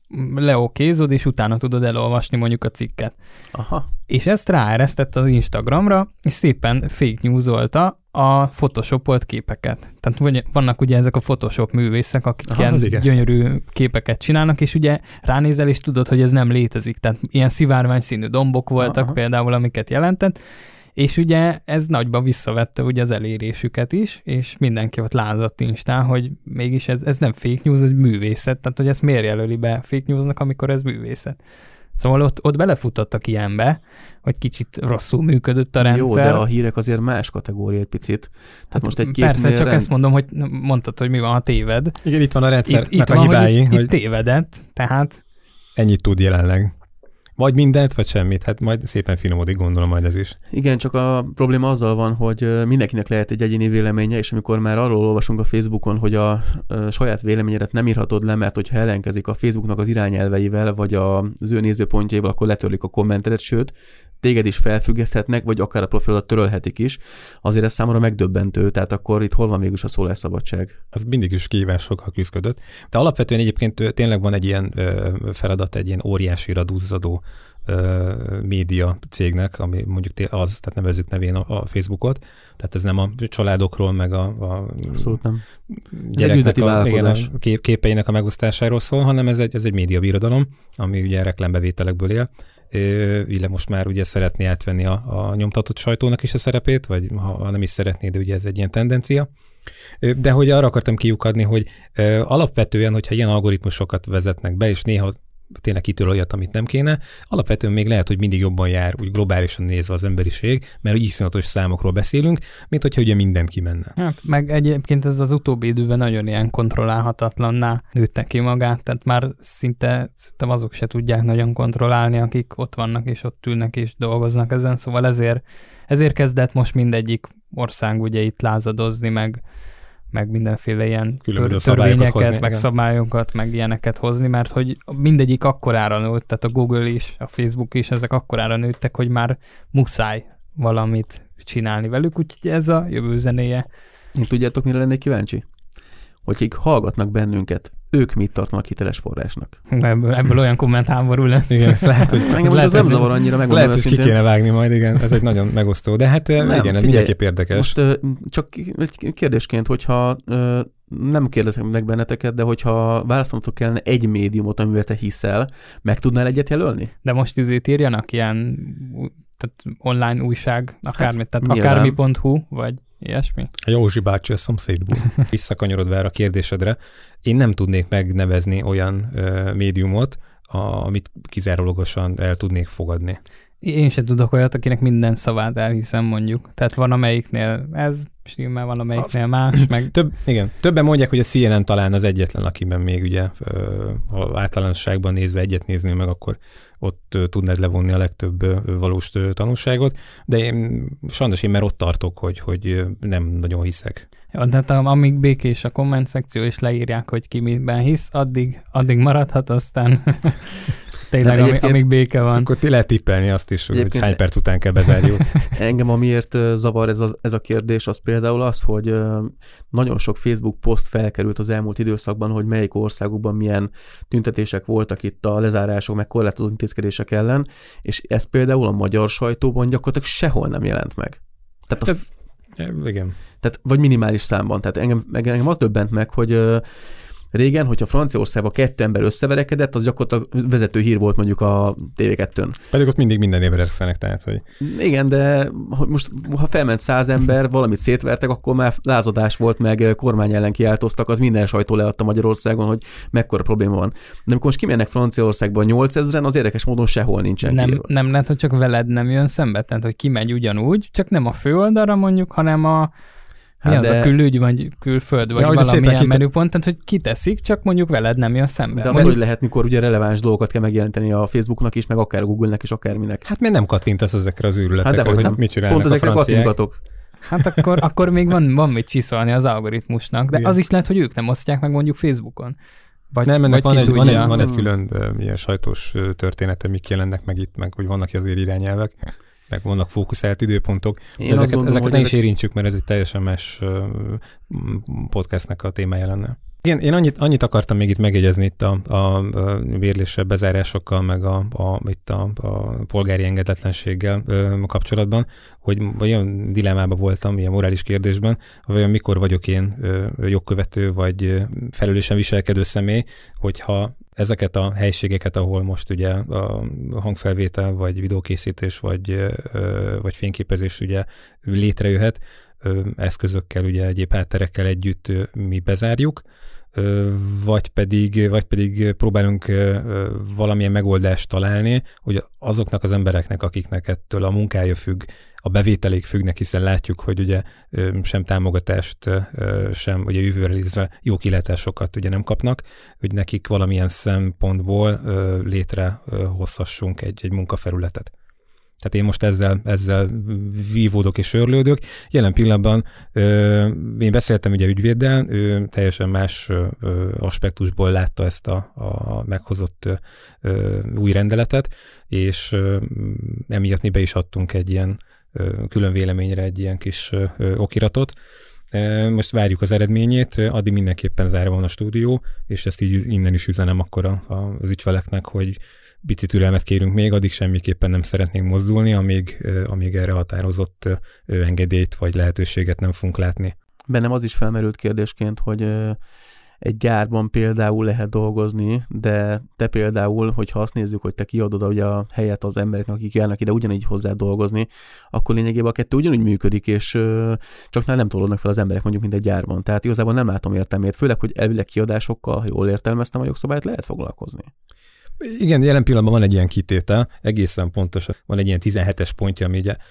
leokézod, és utána tudod elolvasni mondjuk a cikket. Aha. És ezt ráeresztette az Instagramra, és szépen fake newsolta a photoshopolt képeket. Tehát vannak ugye ezek a Photoshop művészek, akik Aha, ilyen gyönyörű képeket csinálnak, és ugye ránézel, és tudod, hogy ez nem létezik. Tehát ilyen szivárvány színű dombok voltak Aha. például, amiket jelentett, és ugye ez nagyban visszavette ugye az elérésüket is, és mindenki ott lázadt Instán, hogy mégis ez, ez nem fake news, ez művészet, tehát hogy ezt miért jelöli be fake newsnak, amikor ez művészet. Szóval ott, ott belefutottak ilyenbe, hogy kicsit rosszul működött a rendszer. Jó, de a hírek azért más kategória egy picit. Tehát hát most egy persze, csak rend... ezt mondom, hogy mondtad, hogy mi van, ha téved. Igen, itt van a rendszernek itt, itt a van, hibái. Hogy hogy itt tévedett, tehát... Ennyit tud jelenleg. Vagy mindent, vagy semmit. Hát majd szépen finomodik, gondolom majd ez is. Igen, csak a probléma azzal van, hogy mindenkinek lehet egy egyéni véleménye, és amikor már arról olvasunk a Facebookon, hogy a, a saját véleményedet nem írhatod le, mert hogyha ellenkezik a Facebooknak az irányelveivel, vagy az ő nézőpontjaival, akkor letörlik a kommentedet, sőt, téged is felfüggeszthetnek, vagy akár a profilodat törölhetik is. Azért ez számomra megdöbbentő, tehát akkor itt hol van végül a szólásszabadság? Az mindig is kihívásokkal küzdött. De alapvetően egyébként tényleg van egy ilyen feladat, egy ilyen óriásira duzzadó média cégnek, ami mondjuk az, tehát nevezzük nevén a, a Facebookot, tehát ez nem a családokról, meg a, a Abszolút nem. gyereknek a, igen, a kép, képeinek a megosztásáról szól, hanem ez egy, ez egy médiabirodalom, ami ugye reklámbevételekből él, illetve most már ugye szeretné átvenni a, a nyomtatott sajtónak is a szerepét, vagy ha nem is szeretné, de ugye ez egy ilyen tendencia. De hogy arra akartam kiukadni, hogy alapvetően, hogyha ilyen algoritmusokat vezetnek be, és néha tényleg kitől olyat, amit nem kéne, alapvetően még lehet, hogy mindig jobban jár úgy globálisan nézve az emberiség, mert úgy iszonyatos számokról beszélünk, mint hogyha ugye minden kimenne. Hát, meg egyébként ez az utóbbi időben nagyon ilyen kontrollálhatatlanná nőtte ki magát, tehát már szinte, szinte azok se tudják nagyon kontrollálni, akik ott vannak és ott ülnek és dolgoznak ezen, szóval ezért, ezért kezdett most mindegyik ország ugye itt lázadozni, meg meg mindenféle ilyen tör- törvényeket, hozni, meg igen. szabályokat, meg ilyeneket hozni, mert hogy mindegyik akkorára nőtt, tehát a Google is, a Facebook is, ezek akkorára nőttek, hogy már muszáj valamit csinálni velük, úgyhogy ez a jövő zenéje. Én tudjátok, mire lennék kíváncsi? Hogy akik hallgatnak bennünket, ők mit tartanak hiteles forrásnak? Ebből, ebből olyan kommentháború lesz. Igen, ez lehet, hogy engem lehet, az nem zavar annyira, megmondom lehet, hogy ki kéne vágni majd, igen, ez egy nagyon megosztó, de hát nem, igen, ez figyelj, mindenképp érdekes. Most uh, csak egy kérdésként, hogyha uh, nem kérdezek meg benneteket, de hogyha választanatok kellene egy médiumot, amivel te hiszel, meg tudnál egyet jelölni? De most izét írjanak ilyen tehát online újság, akármit, hát, tehát nyilván. akármi pont hu, vagy ilyesmi. A Józsi bácsi a szomszédból. Visszakanyarodva erre a kérdésedre, én nem tudnék megnevezni olyan ö, médiumot, a, amit kizárólagosan el tudnék fogadni. Én sem tudok olyat, akinek minden szavát elhiszem, mondjuk. Tehát van amelyiknél ez, stimmel, van amelyiknél az, más, meg... Több, igen, többen mondják, hogy a C N N talán az egyetlen, akiben még ugye, ha általánosságban nézve egyet nézni meg, akkor ott tudnád levonni a legtöbb valós tanulságot, de én, sajnos én már ott tartok, hogy, hogy nem nagyon hiszek. Ja, tehát amíg békés a komment szekció, és leírják, hogy ki miben hisz, addig, addig maradhat, aztán tényleg, amíg, amíg béke van. Akkor ti lehet tippelni azt is, hogy hány perc után kell bezárjuk. Engem amiért zavar ez a, ez a kérdés, az például az, hogy nagyon sok Facebook poszt felkerült az elmúlt időszakban, hogy melyik országokban milyen tüntetések voltak itt a lezárások, meg korlátozó intézkedések ellen, és ez például a magyar sajtóban gyakorlatilag sehol nem jelent meg. Tehát a, igen. Tehát, vagy minimális számban. Tehát engem, engem az döbbent meg, hogy régen, hogyha Franciaországban kettő ember összeverekedett, az gyakorlatilag vezető hír volt mondjuk a té vé kettőn. Pedig ott mindig minden évre verekszenek, tehát, hogy... Igen, de most, ha felment száz ember, valamit szétvertek, akkor már lázadás volt, meg kormány ellen kiáltoztak, az minden sajtó leadta Magyarországon, hogy mekkora probléma van. De amikor most kimennek Franciaországban nyolcezren, az érdekes módon sehol nincsen nem, kiírva. Nem lehet, hogy csak veled nem jön szembe, tehát, hogy kimegy ugyanúgy, csak nem a főoldalra mondjuk, hanem a mi hát az de... a külügy, vagy külföld, vagy ja, valamilyen kite... menüpont, tehát hogy kiteszik, csak mondjuk veled nem jön szembe. De az, hogy lehet, mikor ugye releváns dolgokat kell megjelenteni a Facebooknak is, meg akár a Google-nek is, akárminek. Hát miért nem kattintasz ezekre az őrületekre, hát hogy nem. mit csinálnak pont a franciák? Pont Hát akkor, akkor még van, van mit csiszolni az algoritmusnak, de igen. Az is lehet, hogy ők nem osztják meg mondjuk Facebookon. Vagy, nem, ennek vagy van, egy, van, egy, van egy külön uh, ilyen sajtós története, mik jelennek meg itt, meg hogy vannak azért irányelvek, meg vannak fókuszált időpontok. Ezeket, gondolom, ezeket ne is érintsük, mert ez egy teljesen más uh, podcastnek a témája lenne. Igen, én annyit, annyit akartam még itt megjegyezni itt a, a, a bérlésre bezárásokkal, meg a, a, itt a, a polgári engedetlenséggel ö, kapcsolatban, hogy olyan dilemmában voltam, ilyen morális kérdésben, vajon mikor vagyok én ö, jogkövető, vagy felelősen viselkedő személy, hogyha ezeket a helységeket, ahol most ugye a hangfelvétel, vagy videókészítés, vagy, ö, vagy fényképezés ugye létrejöhet, ö, eszközökkel, ugye egyéb hátterekkel együtt ö, mi bezárjuk, vagy pedig, vagy pedig próbálunk valamilyen megoldást találni, hogy azoknak az embereknek, akiknek ettől a munkája függ, a bevételék függnek, hiszen látjuk, hogy ugye sem támogatást, sem ugye jövőre jó kilátásokat ugye nem kapnak, hogy nekik valamilyen szempontból létrehozhassunk egy, egy munkafelületet. Tehát én most ezzel, ezzel vívódok és örlődök. Jelen pillanatban ö, én beszéltem ugye ügyvéddel, ő teljesen más ö, aspektusból látta ezt a, a meghozott ö, új rendeletet, és ö, emiatt mi be is adtunk egy ilyen ö, külön véleményre egy ilyen kis ö, okiratot. Most várjuk az eredményét, addig mindenképpen zárva van a stúdió, és ezt így innen is üzenem akkor a, a, az ügyfeleknek, hogy pici türelmet kérünk még, addig semmiképpen nem szeretnénk mozdulni, amíg, amíg erre határozott engedélyt vagy lehetőséget nem fogunk látni. Bennem az is felmerült kérdésként, hogy egy gyárban például lehet dolgozni, de te például, hogyha azt nézzük, hogy te kiadod ugye a helyet az embereknek, akik járnak ide ugyanígy hozzá dolgozni, akkor lényegében a kettő ugyanúgy működik, és csak nem tolódnak fel az emberek mondjuk, mint egy gyárban. Tehát igazából nem látom értelmét, főleg, hogy elvileg kiadásokkal, ha jól értelmeztem a jogszabályt, lehet foglalkozni. Igen, jelen pillanatban van egy ilyen kitétel, egészen pontos, van egy ilyen tizenhetes pontja, ami ugye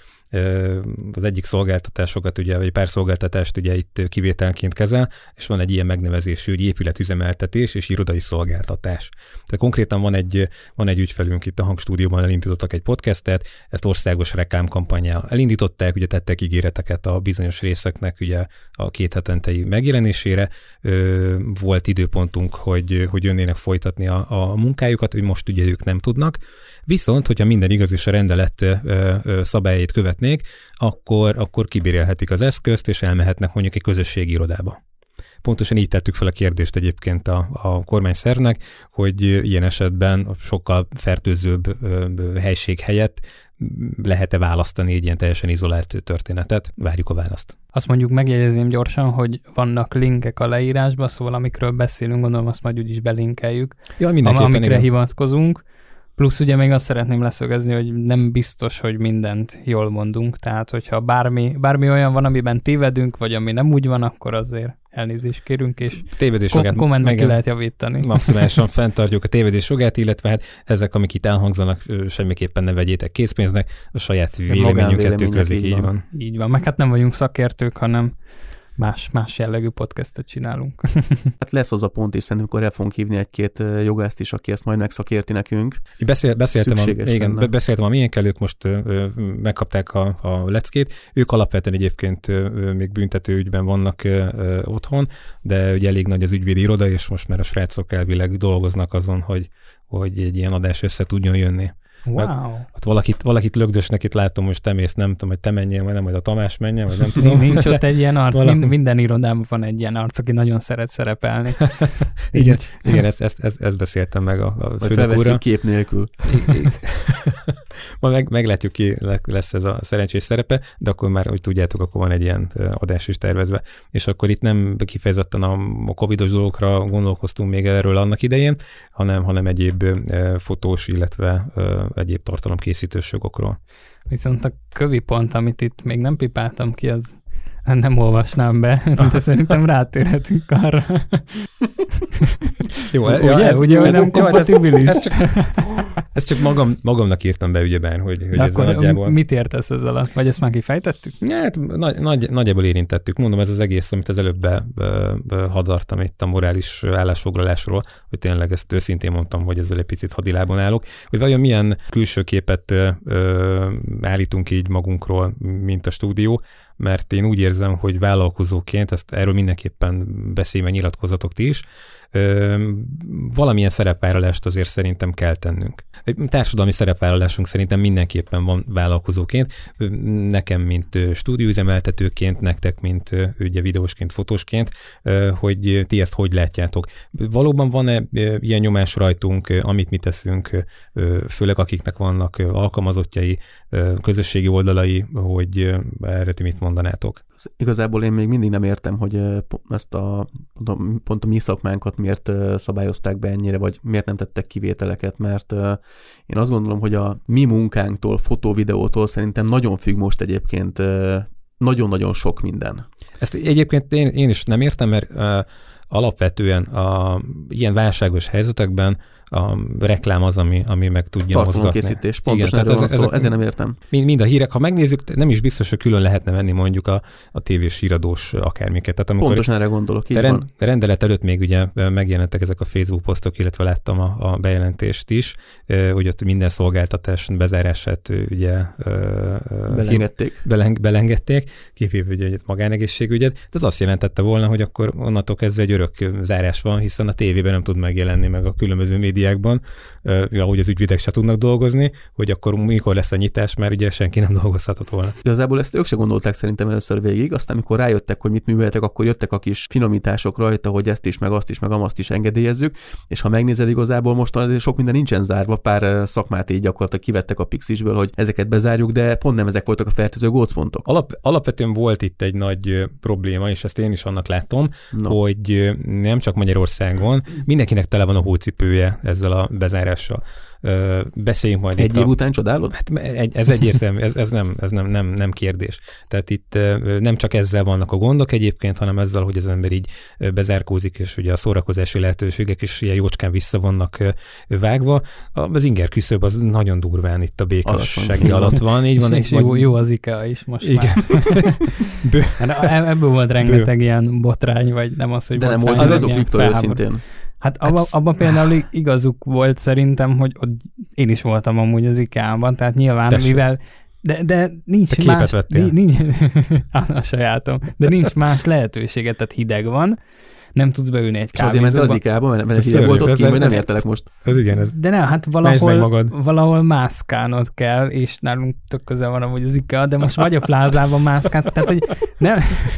az egyik szolgáltatásokat, ugye, vagy pár szolgáltatást ugye itt kivételként kezel, és van egy ilyen megnevezésű, hogy épületüzemeltetés és irodai szolgáltatás. Tehát konkrétan van egy, van egy ügyfelünk itt a Hangstúdióban, elindítottak egy podcastet, ezt országos reklámkampánnyal elindították, ugye tettek ígéreteket a bizonyos részeknek ugye a két hetentei megjelenésére. Volt időpontunk, hogy, hogy jönnének folytatni a, a munkájukat, hogy most ugye ők nem tudnak. Viszont, hogyha minden igaz és a rendelet szabályait követnék, akkor, akkor kibérelhetik az eszközt, és elmehetnek mondjuk egy közösségi irodába. Pontosan így tettük fel a kérdést egyébként a, a kormányszervnek, hogy ilyen esetben sokkal fertőzőbb helység helyett lehet-e választani egy ilyen teljesen izolált történetet? Várjuk a választ. Azt mondjuk megjegyezném gyorsan, hogy vannak linkek a leírásban, szóval amikről beszélünk, gondolom azt majd úgyis belinkeljük, ja, mindenképpen, amikre igen. hivatkozunk. Plusz ugye még azt szeretném leszögezni, hogy nem biztos, hogy mindent jól mondunk, tehát hogyha bármi, bármi olyan van, amiben tévedünk, vagy ami nem úgy van, akkor azért elnézést kérünk, és kom- kommentben ki lehet javítani. Maximálisan fenntartjuk a tévedés jogát, illetve hát ezek, amik itt elhangzanak, semmiképpen ne vegyétek készpénznek, a saját véleményünket tükrözik, így van. Így van, meg hát nem vagyunk szakértők, hanem más, más jellegű podcastet csinálunk. Hát lesz az a pont, és szerintem akkor el fogunk hívni egy-két jogászt is, aki ezt majd megszakérti nekünk. Én beszél, beszéltem, a, igen, beszéltem a miénkkel, ők most ö, ö, megkapták a, a leckét. Ők alapvetően egyébként ö, még büntető ügyben vannak ö, ö, otthon, de ugye elég nagy az ügyvédi iroda, és most már a srácok elvileg dolgoznak azon, hogy, hogy egy ilyen adás össze tudjon jönni. Wow. Hát valakit, valakit lögdösnek itt látom, hogy te mész, nem tudom, hogy te menjél, vagy nem, vagy a Tamás menjen, vagy nem tudom. Nincs ott egy ilyen arc, Valaki... minden irodában van egy ilyen arc, aki nagyon szeret szerepelni. igen, igen ezt, ezt, ezt, ezt beszéltem meg a, a főnök úrral. Kép nélkül. Ma meg, meglátjuk, ki lesz ez a szerencsés szerepe, de akkor már, hogy tudjátok, akkor van egy ilyen adás is tervezve. És akkor itt nem kifejezetten a, a covidos dolgokra gondolkoztunk még erről annak idején, hanem, hanem egyéb e, fotós, illetve e, egyéb tartalomkészítős jogokról. Viszont a kövi pont, amit itt még nem pipáltam ki, az nem olvasnám be, de szerintem rátérhetünk arra. Jó, ugye, ja, ez, ugye, hogy nem kompatibilis. Ez, ez, ez csak, ezt csak magam, magamnak írtam be ügyeben, hogy, hogy ez nagyjából... mit értesz ez alatt? Vagy ezt már kifejtettük? Hát nagy, nagy, nagyjából érintettük. Mondom, ez az egész, amit az előbb be, be, be hadartam itt a morális állásfoglalásról, hogy tényleg ezt őszintén mondtam, hogy ezzel egy picit hadilában állok, hogy vajon milyen külső képet ö, ö, állítunk így magunkról, mint a stúdió, mert én úgy érzem, hogy vállalkozóként, ezt erről mindenképpen beszélve nyilatkozatok ti is, valamilyen szerepvállalást azért szerintem kell tennünk. Társadalmi szerepvállalásunk szerintem mindenképpen van vállalkozóként, nekem, mint stúdióüzemeltetőként, nektek, mint ugye videósként, fotósként, hogy ti ezt hogy látjátok. Valóban van-e ilyen nyomás rajtunk, amit mi teszünk, főleg akiknek vannak alkalmazottjai, közösségi oldalai, hogy erre ti mit mondanátok? Igazából én még mindig nem értem, hogy ezt a pont a mi szakmánkat miért szabályozták be ennyire, vagy miért nem tettek kivételeket, mert én azt gondolom, hogy a mi munkánktól, fotó-videótól szerintem nagyon függ most egyébként nagyon-nagyon sok minden. Ezt egyébként én, én is nem értem, mert uh, alapvetően a ilyen válságos helyzetekben a reklám az, ami, ami meg tudja mozgatni. Tartalomkészítés, pontosan erről van szó, ezért nem értem. Mind, mind a hírek, ha megnézzük, nem is biztos, hogy külön lehetne venni mondjuk a, a tévés híradós akármiket. Tehát pontosan erre gondolok, így rend, van. rendelet előtt még ugye megjelentek ezek a Facebook posztok, illetve láttam a, a bejelentést is, hogy ott minden szolgáltatás bezárását ugye belengedték, beleng, belengedték kivéve ugye egy magánegészségügyet. Tehát az azt jelentette volna, hogy akkor onnantól kezdve egy örök zárás van, hiszen a tévében nem tud megjelenni, meg a különböző médiákban, ahogy az ügyvédek se tudnak dolgozni, hogy akkor mikor lesz a nyitás, mert ugye senki nem dolgozhatott volna. Igazából ezt ők se gondolták szerintem először végig, aztán amikor rájöttek, hogy mit műveltek, akkor jöttek a kis finomítások rajta, hogy ezt is, meg azt is, meg amazt is engedélyezzük, és ha megnézed, igazából most sok minden nincsen zárva, pár szakmát így gyakorlatilag kivettek a Pixisből, hogy ezeket bezárjuk, de pont nem ezek voltak a fertőző gócpontok. Alap, alapvetően volt itt egy nagy probléma, és ezt én is annak látom, no. hogy nem csak Magyarországon, mindenkinek tele van a hócipője ezzel a bezárással. Beszéljünk majd egy itt. Egy év a... után csodálod? Hát ez egyértelmű, ez, ez, nem, ez nem, nem, nem kérdés. Tehát itt nem csak ezzel vannak a gondok egyébként, hanem ezzel, hogy az ember így bezárkózik, és ugye a szórakozási lehetőségek is ilyen jócskán vissza vannak vágva. Az inger küszöb az nagyon durván itt a békassági alatt van. Így van, és vagy... jó, jó az IKEA is most igen. már. Hát ebből volt rengeteg Bő. ilyen botrány, vagy nem az, hogy de botrány. De nem volt azok, Viktor, őszintén. Hát abban abba például igazuk volt szerintem, hogy ott én is voltam amúgy az IKEA-ban, tehát nyilván, Tessék. mivel de, de nincs Te más... Nincs, nincs, a sajátom. De nincs más lehetősége, tehát hideg van, nem tudsz beülni egy kávézóba. És azért mentél az IKEA-ba, mert, mert hideg volt ott ki, hogy nem értelek most. Ez igen, ez. De nem, hát valahol, valahol mászkálnod kell, és nálunk tök közel van amúgy az IKEA, de most vagy a plázában mászkálsz, tehát hogy nem...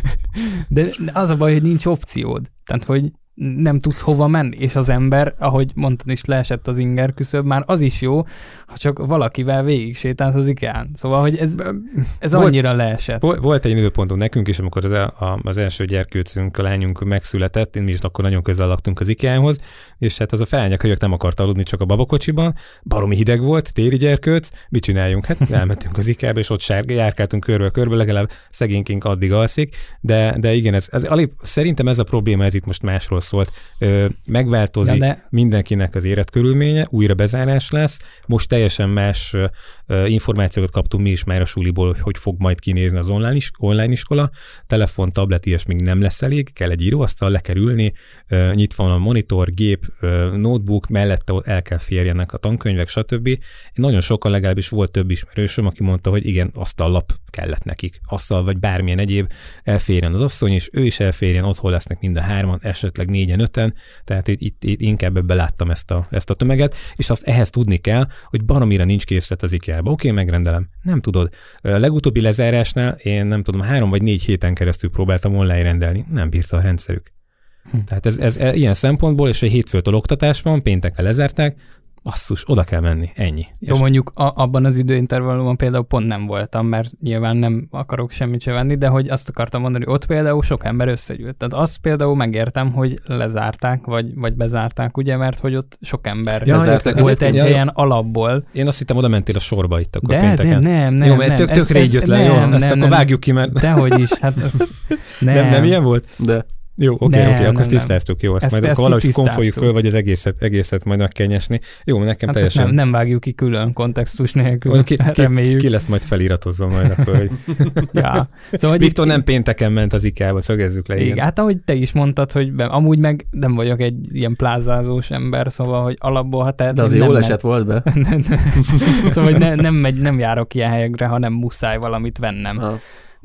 De az a baj, hogy nincs opciód. Tehát, hogy nem tudsz hova menni, és az ember, ahogy mondtad is, leesett az inger küszöb, már az is jó, ha csak valakivel végig sétálsz az IKEA-n. Szóval, hogy ez, ez volt, annyira leesett. Volt egy időpontunk nekünk is, amikor az, az első gyerkőcünk, a lányunk megszületett, én mi is akkor nagyon közel laktunk az IKEA-hoz, és hát az a felányakölyök nem akart aludni csak a babakocsiban, baromi hideg volt, téli gyerkőc, mit csináljunk? Hát elmentünk az IKEA-ba, és ott sárga, járkáltunk körbe-körbe, legalább szegényként addig alszik, de, de igen, ez, ez, alip, szerintem ez a probléma, ez itt most másról szólt. Ö, megváltozik ja, de... mindenkinek az életkörülménye, újra bezárás lesz, most teljesen más ö, információkat kaptunk mi is már a suliból, hogy hogy fog majd kinézni az online, is, online iskola, telefon, tablet, ilyes még nem lesz elég, kell egy íróasztal, le kell ülni, ö, nyitva van a monitor, gép, ö, notebook, mellette ott el kell férjenek a tankönyvek, stb. Én nagyon sokan, legalábbis volt több ismerősöm, aki mondta, hogy igen, asztallap kellett nekik, asztal vagy bármilyen egyéb, elférjen az asszony, és ő is elférjen, otthon lesznek mind a hárman, esetleg négyen, öten, tehát itt, itt, itt inkább ebbe láttam ezt a, ezt a tömeget, és azt ehhez tudni kell, hogy baromira nincs készlet az IKEA-ba. Oké, okay, megrendelem. Nem tudod. A legutóbbi lezárásnál én nem tudom, három vagy négy héten keresztül próbáltam online rendelni. Nem bírta a rendszerük. Hm. Tehát ez, ez, ez ilyen szempontból, és egy hétfőtől oktatás van, pénteken lezárták, basszus, oda kell menni, ennyi. Jó, és mondjuk a, abban az időintervallumban például pont nem voltam, mert nyilván nem akarok semmit sem venni, de hogy azt akartam mondani, hogy ott például sok ember összegyűlt. Tehát azt például megértem, hogy lezárták, vagy, vagy bezárták, ugye, mert hogy ott sok ember ja, lezárták, volt egy ja, helyen alapból. Én azt hittem, oda mentél a sorba itt akkor de, pénteken. De nem, nem, jó, mert nem. tök, tökre így jött le, jó, ezt nem, akkor nem. vágjuk ki, mert... Dehogy is, hát ez... nem. nem, nem ilyen volt? De... Jó, oké, okay, oké, okay, akkor tisztáztuk, jó, azt, ezt, majd ezt akkor valahogy konfoljuk föl, vagy az egészet, egészet majd meg kell nyesni. Jó, nekem hát teljesen... Nem, nem vágjuk ki külön kontextus nélkül, ki, reméljük. Ki lesz majd feliratozva majd akkor, hogy... ja. Szóval, Viktor nem pénteken ment az IKEA-ba, szögezzük le. Igen. igen, hát ahogy te is mondtad, hogy be, amúgy meg nem vagyok egy ilyen plázázós ember, szóval, hogy alapból, ha te... De azért jól esett volt be. Szóval, hogy ne, nem, megy, nem járok ilyen helyekre, ha nem muszáj valamit vennem. Ha.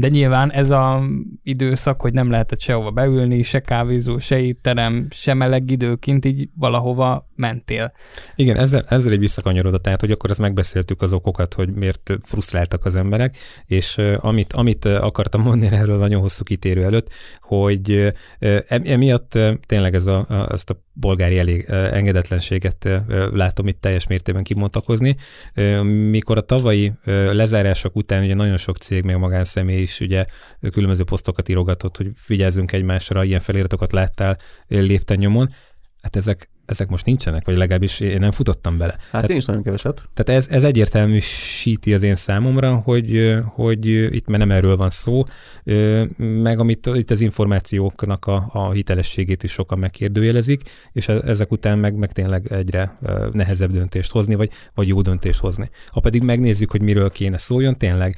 De nyilván ez az időszak, hogy nem lehetett sehova beülni, se kávézó, se étterem, se meleg időként, így valahova mentél. Igen, ezzel, ezzel egy visszakanyarodott, tehát, hogy akkor ezt megbeszéltük az okokat, hogy miért frusztráltak az emberek, és uh, amit, amit uh, akartam mondani erről nagyon hosszú kitérő előtt, hogy uh, emiatt uh, tényleg ez a, a, ezt a bolgári elég uh, engedetlenséget uh, látom itt teljes mértékben kibontakozni. Uh, mikor a tavalyi uh, lezárások után ugye nagyon sok cég, meg magánszemély is ugye különböző posztokat írogatott, hogy vigyázzunk egymásra, ilyen feliratokat láttál lépten nyomon, hát ezek ezek most nincsenek, vagy legalábbis én nem futottam bele. Hát tehát, én is nagyon keveset. Tehát ez, ez egyértelműsíti az én számomra, hogy, hogy itt már nem erről van szó, meg amit itt az információknak a, a hitelességét is sokan megkérdőjelezik, és ezek után meg, meg tényleg egyre nehezebb döntést hozni, vagy, vagy jó döntést hozni. Ha pedig megnézzük, hogy miről kéne szóljon, tényleg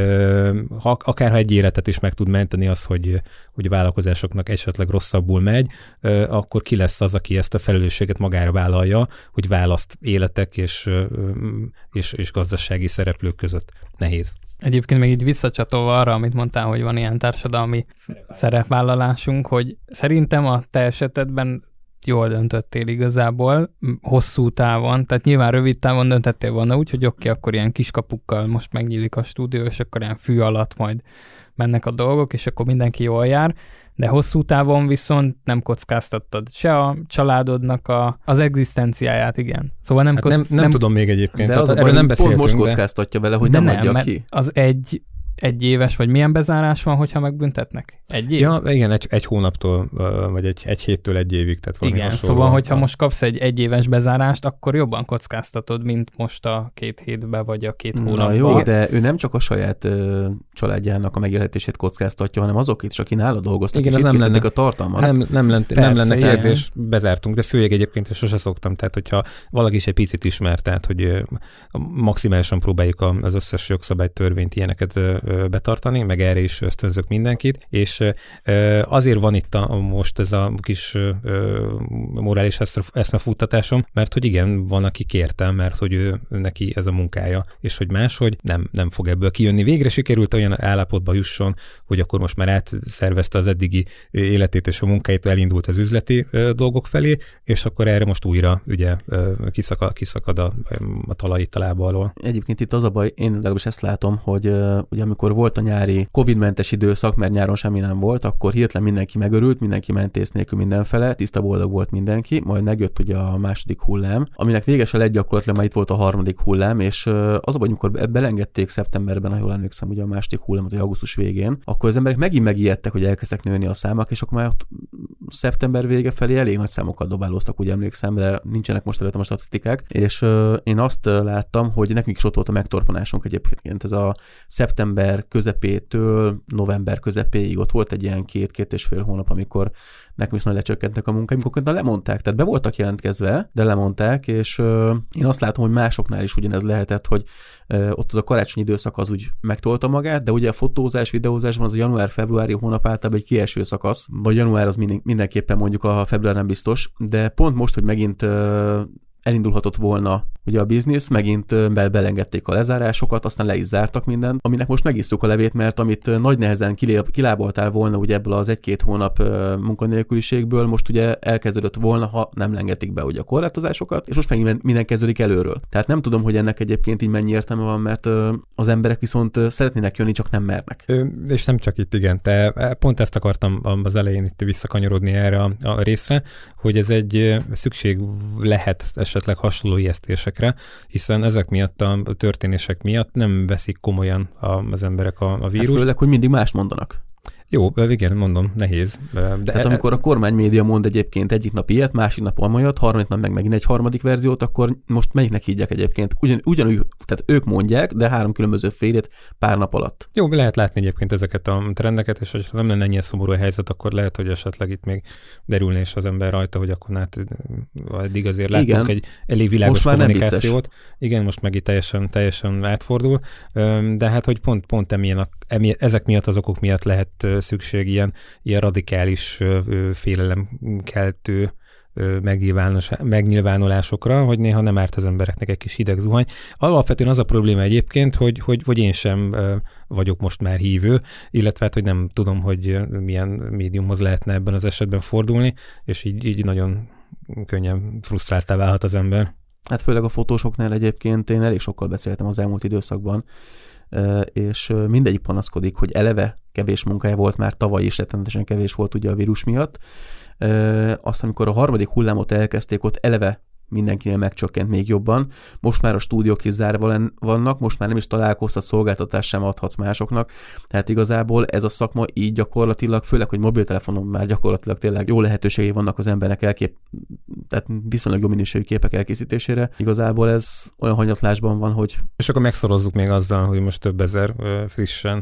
ha, akárha egy életet is meg tud menteni az, hogy, hogy a vállalkozásoknak esetleg rosszabbul megy, akkor ki lesz az, aki ezt a felelősséget magára vállalja, hogy választ életek és, és, és gazdasági szereplők között. Nehéz. Egyébként még így visszacsatolva arra, amit mondtál, hogy van ilyen társadalmi szerepvállalásunk, hogy szerintem a te esetedben jól döntöttél igazából, hosszú távon, tehát nyilván rövid távon döntöttél volna úgy, hogy oké, okay, akkor ilyen kiskapukkal most megnyílik a stúdió, és akkor ilyen fű alatt majd mennek a dolgok, és akkor mindenki jól jár, de hosszú távon viszont nem kockáztattad se a családodnak a, az egzisztenciáját, igen. Szóval nem, hát koz, nem, nem, nem tudom még egyébként. De az erről nem beszéltünk. Most kockáztatja vele, hogy de nem, nem adja mert ki. Az egy, egy éves, vagy milyen bezárás van, hogyha megbüntetnek? Egy év? Ja, igen, egy, egy hónaptól, vagy egy, egy héttől egy évig. Tehát igen, hasonló. Szóval, hogyha a... most kapsz egy egyéves bezárást, akkor jobban kockáztatod, mint most a két hétbe, vagy a két hónapban. Na jó, de ő nem csak a saját ö, családjának a megélhetését kockáztatja, hanem azokét is, aki nála dolgoztak, igen, és nem lenne a tartalmat. Nem, nem, lent, Persze, nem lenne kérdés, igen. Bezártunk, de főleg egyébként sose szoktam, tehát hogyha valaki is egy picit ismer, tehát hogy maximálisan próbáljuk az összes jogszabályt, törvényt, ilyeneket betartani, meg erre is ösztönzök mindenkit, és azért van itt a, most ez a kis morális eszmefuttatásom, mert hogy igen, van, aki kérte, mert hogy ő, neki ez a munkája, és hogy máshogy nem, nem fog ebből kijönni. Végre sikerült olyan állapotba jusson, hogy akkor most már átszervezte az eddigi életét és a munkáit, elindult az üzleti dolgok felé, és akkor erre most újra ugye kiszakad, kiszakad a, a talaj itt a lába alól. Egyébként itt az a baj, én legalábbis ezt látom, hogy ugye amikor volt a nyári Covid-mentes időszak, mert nyáron semmi nem volt, akkor hirtelen mindenki megörült, mindenki mentész nélkül mindenfele, tiszta boldog volt mindenki, majd megjött ugye a második hullám, aminek végesen lett gyakorlatilag, már itt volt a harmadik hullám, és az a baj, amikor belengedték szeptemberben, ha jól emlékszem, ugye a második hullámot, vagy augusztus végén, akkor az emberek megint megijedtek, hogy elkezdtek nőni a számok, és akkor már szeptember vége felé elég nagy számokat dobálóztak, úgy emlékszem, de nincsenek most előttem a statisztikák, és én azt láttam, hogy nekünk is ott volt a megtorpanásunk egyébként, ez a szeptember közepétől november közepéig ott volt egy ilyen két-két és fél hónap, amikor nekünk is nagyon lecsökkentek a munkáim, amikor lemondták, tehát be voltak jelentkezve, de lemondták, és uh, én azt látom, hogy másoknál is ugyanez lehetett, hogy uh, ott az a karácsonyi időszak az úgy megtolta magát, de ugye a fotózás, videózásban az a január-februári hónap általában egy kieső szakasz, vagy január az mindenképpen mondjuk, a február nem biztos, de pont most, hogy megint uh, elindulhatott volna ugye a biznisz, megint be- belengedték a lezárásokat, aztán le is zártak mindent, aminek most megisszuk a levét, mert amit nagy nehezen kilé- kiláboltál volna ugye ebből az egy-két hónap munkanélküliségből, most ugye elkezdődött volna, ha nem lengetik be ugye a korlátozásokat, és most megint minden kezdődik előről. Tehát nem tudom, hogy ennek egyébként így mennyi értelme van, mert az emberek viszont szeretnének jönni, csak nem mernek. Ö, és nem csak itt, igen. Te pont ezt akartam az elején itt visszakanyarodni erre a, a részre, hogy ez egy szükség lehet esetleg hasonló ijesztésekre, hiszen ezek miatt a történések miatt nem veszik komolyan az emberek a, a vírust. Hát főleg, hogy mindig mást mondanak. Jó, igen, mondom, nehéz. De Tehát amikor a kormánymédia mond egyébként egyik nap ilyet, másik nap olyat, harmadik nap meg megint egy harmadik verziót, akkor most melyiknek higgyek egyébként? Ugyan, ugyanúgy, tehát ők mondják, de három különböző félét pár nap alatt. Jó, lehet látni egyébként ezeket a trendeket, és hogyha nem lenne ennyire szomorú a helyzet, akkor lehet, hogy esetleg itt még derülne is az ember rajta, hogy akkor hát eddig azért láttunk igen. egy elég világos kommunikációt. Igen, most meg itt teljesen, teljesen átfordul, de hát, hogy pont, pont emilyen, emilyen, ezek miatt az okok miatt lehet szükség ilyen, ilyen radikális félelemkeltő megnyilvánulásokra, hogy néha nem árt az embereknek egy kis hideg zuhany. Alapvetően az a probléma egyébként, hogy, hogy, hogy én sem vagyok most már hívő, illetve hát, hogy nem tudom, hogy milyen médiumhoz lehetne ebben az esetben fordulni, és így, így nagyon könnyen frusztráltá válhat az ember. Hát főleg a fotósoknál egyébként én elég sokkal beszéltem az elmúlt időszakban, és mindegyik panaszkodik, hogy eleve kevés munkája volt, már tavaly is rettenetesen kevés volt ugye a vírus miatt. Azt, amikor a harmadik hullámot elkezdték, ott eleve mindenkinél megcsökkent még jobban. Most már a stúdiók is zárva vannak, most már nem is találkoztat, szolgáltatást sem adhatsz másoknak. Tehát igazából ez a szakma így gyakorlatilag, főleg, hogy mobiltelefonon már gyakorlatilag tényleg jó lehetőségei vannak az embernek elkép, tehát viszonylag jó minőségű képek elkészítésére. Igazából ez olyan hanyatlásban van, hogy... És akkor megszorozzuk még azzal, hogy most több ezer frissen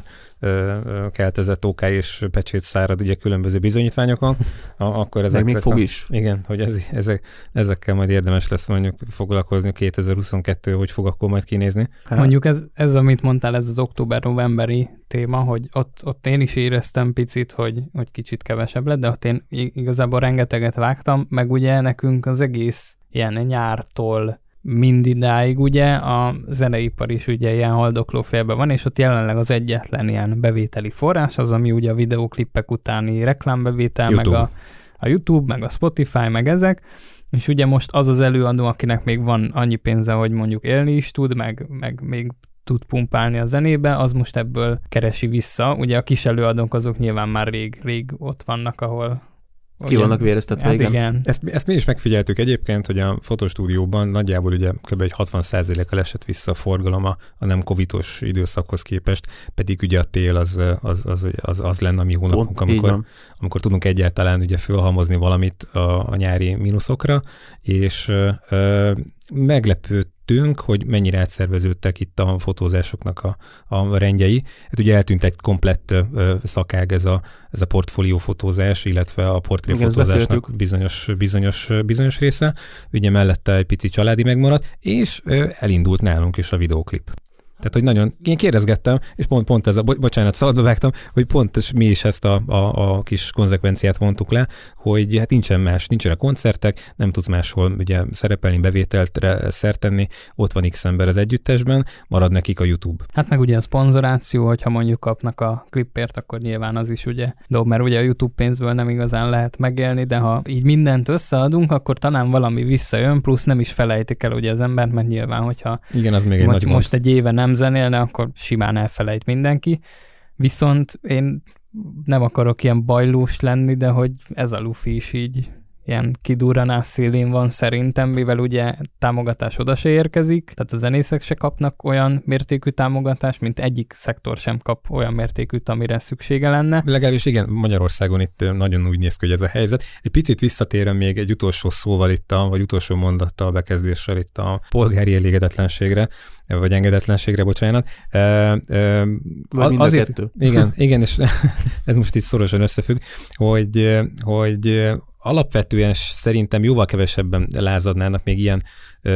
keltezett OK és pecsét szárad ugye különböző bizonyítványokon, akkor ezek... Meg még fog is. Igen, hogy ez, ezek, ezekkel majd érdemes lesz mondjuk foglalkozni kétezer-huszonkettő, hogy fog akkor majd kinézni. Hát. Mondjuk ez, ez, amit mondtál, ez az október-novemberi téma, hogy ott, ott én is éreztem picit, hogy, hogy kicsit kevesebb lett, de ott én igazából rengeteget vágtam, meg ugye nekünk az egész ilyen nyártól mindidáig ugye a zeneipar is ugye ilyen haldokló félben van, és ott jelenleg az egyetlen ilyen bevételi forrás az, ami ugye a videóklippek utáni reklámbevétel, YouTube. meg a, a YouTube, meg a Spotify, meg ezek, és ugye most az az előadó, akinek még van annyi pénze, hogy mondjuk élni is tud, meg, meg még tud pumpálni a zenébe, az most ebből keresi vissza. Ugye a kis előadók azok nyilván már rég, rég ott vannak, ahol ki vannak véreztetve, hát igen. igen. Ezt, ezt mi is megfigyeltük egyébként, hogy a fotostúdióban nagyjából ugye kb. Egy hatvan százalékkal esett vissza a forgalom a nem covidos időszakhoz képest, pedig ugye a tél az, az, az, az, az lenne a mi hónapunk, amikor, amikor tudunk egyáltalán ugye fölhalmozni valamit a, a nyári mínuszokra, és ö, meglepődtünk, hogy mennyire átszerveződtek itt a fotózásoknak a, a rendjei. Hát ugye eltűnt egy komplett ö, szakág ez a, ez a portfóliófotózás, illetve a portréfotózásnak bizonyos, bizonyos, bizonyos része. Ugye mellette egy pici családi megmaradt, és ö, elindult nálunk is a videóklip. Tehát, hogy nagyon, én kérdezgettem, és pont, pont ez a, bocsánat, szabadba vágtam, hogy pont mi is ezt a, a, a kis konzekvenciát vontuk le, hogy hát nincsen más, nincsenek koncertek, nem tudsz máshol ugye szerepelni, bevételtre szert tenni, ott van X ember az együttesben, marad nekik a YouTube. Hát meg ugye a szponzoráció, hogyha mondjuk kapnak a klipért, akkor nyilván az is ugye dob, mert ugye a YouTube pénzből nem igazán lehet megélni, de ha így mindent összeadunk, akkor talán valami visszajön, plusz nem is felejtik el ugye az embert, mert nyilván, hogyha igen, az még egy nagy most egy éve nem zenélne, akkor simán elfelejt mindenki. Viszont én nem akarok ilyen bajlós lenni, de hogy ez a lufi is így ilyen kidurranás szélén van szerintem, mivel ugye támogatás oda se érkezik, tehát a zenészek se kapnak olyan mértékű támogatást, mint egyik szektor sem kap olyan mértékűt, amire szüksége lenne. Legalábbis igen, Magyarországon itt nagyon úgy néz ki, hogy ez a helyzet. Egy picit visszatérem még egy utolsó szóval itt, a, vagy utolsó mondattal, bekezdéssel itt a polgári elégedetlenségre, vagy engedetlenségre, bocsánat. E, e, vagy azért, igen, igen, és ez most itt szorosan összefügg, hogy, hogy alapvetően szerintem jóval kevesebben lázadnának még ilyen ö,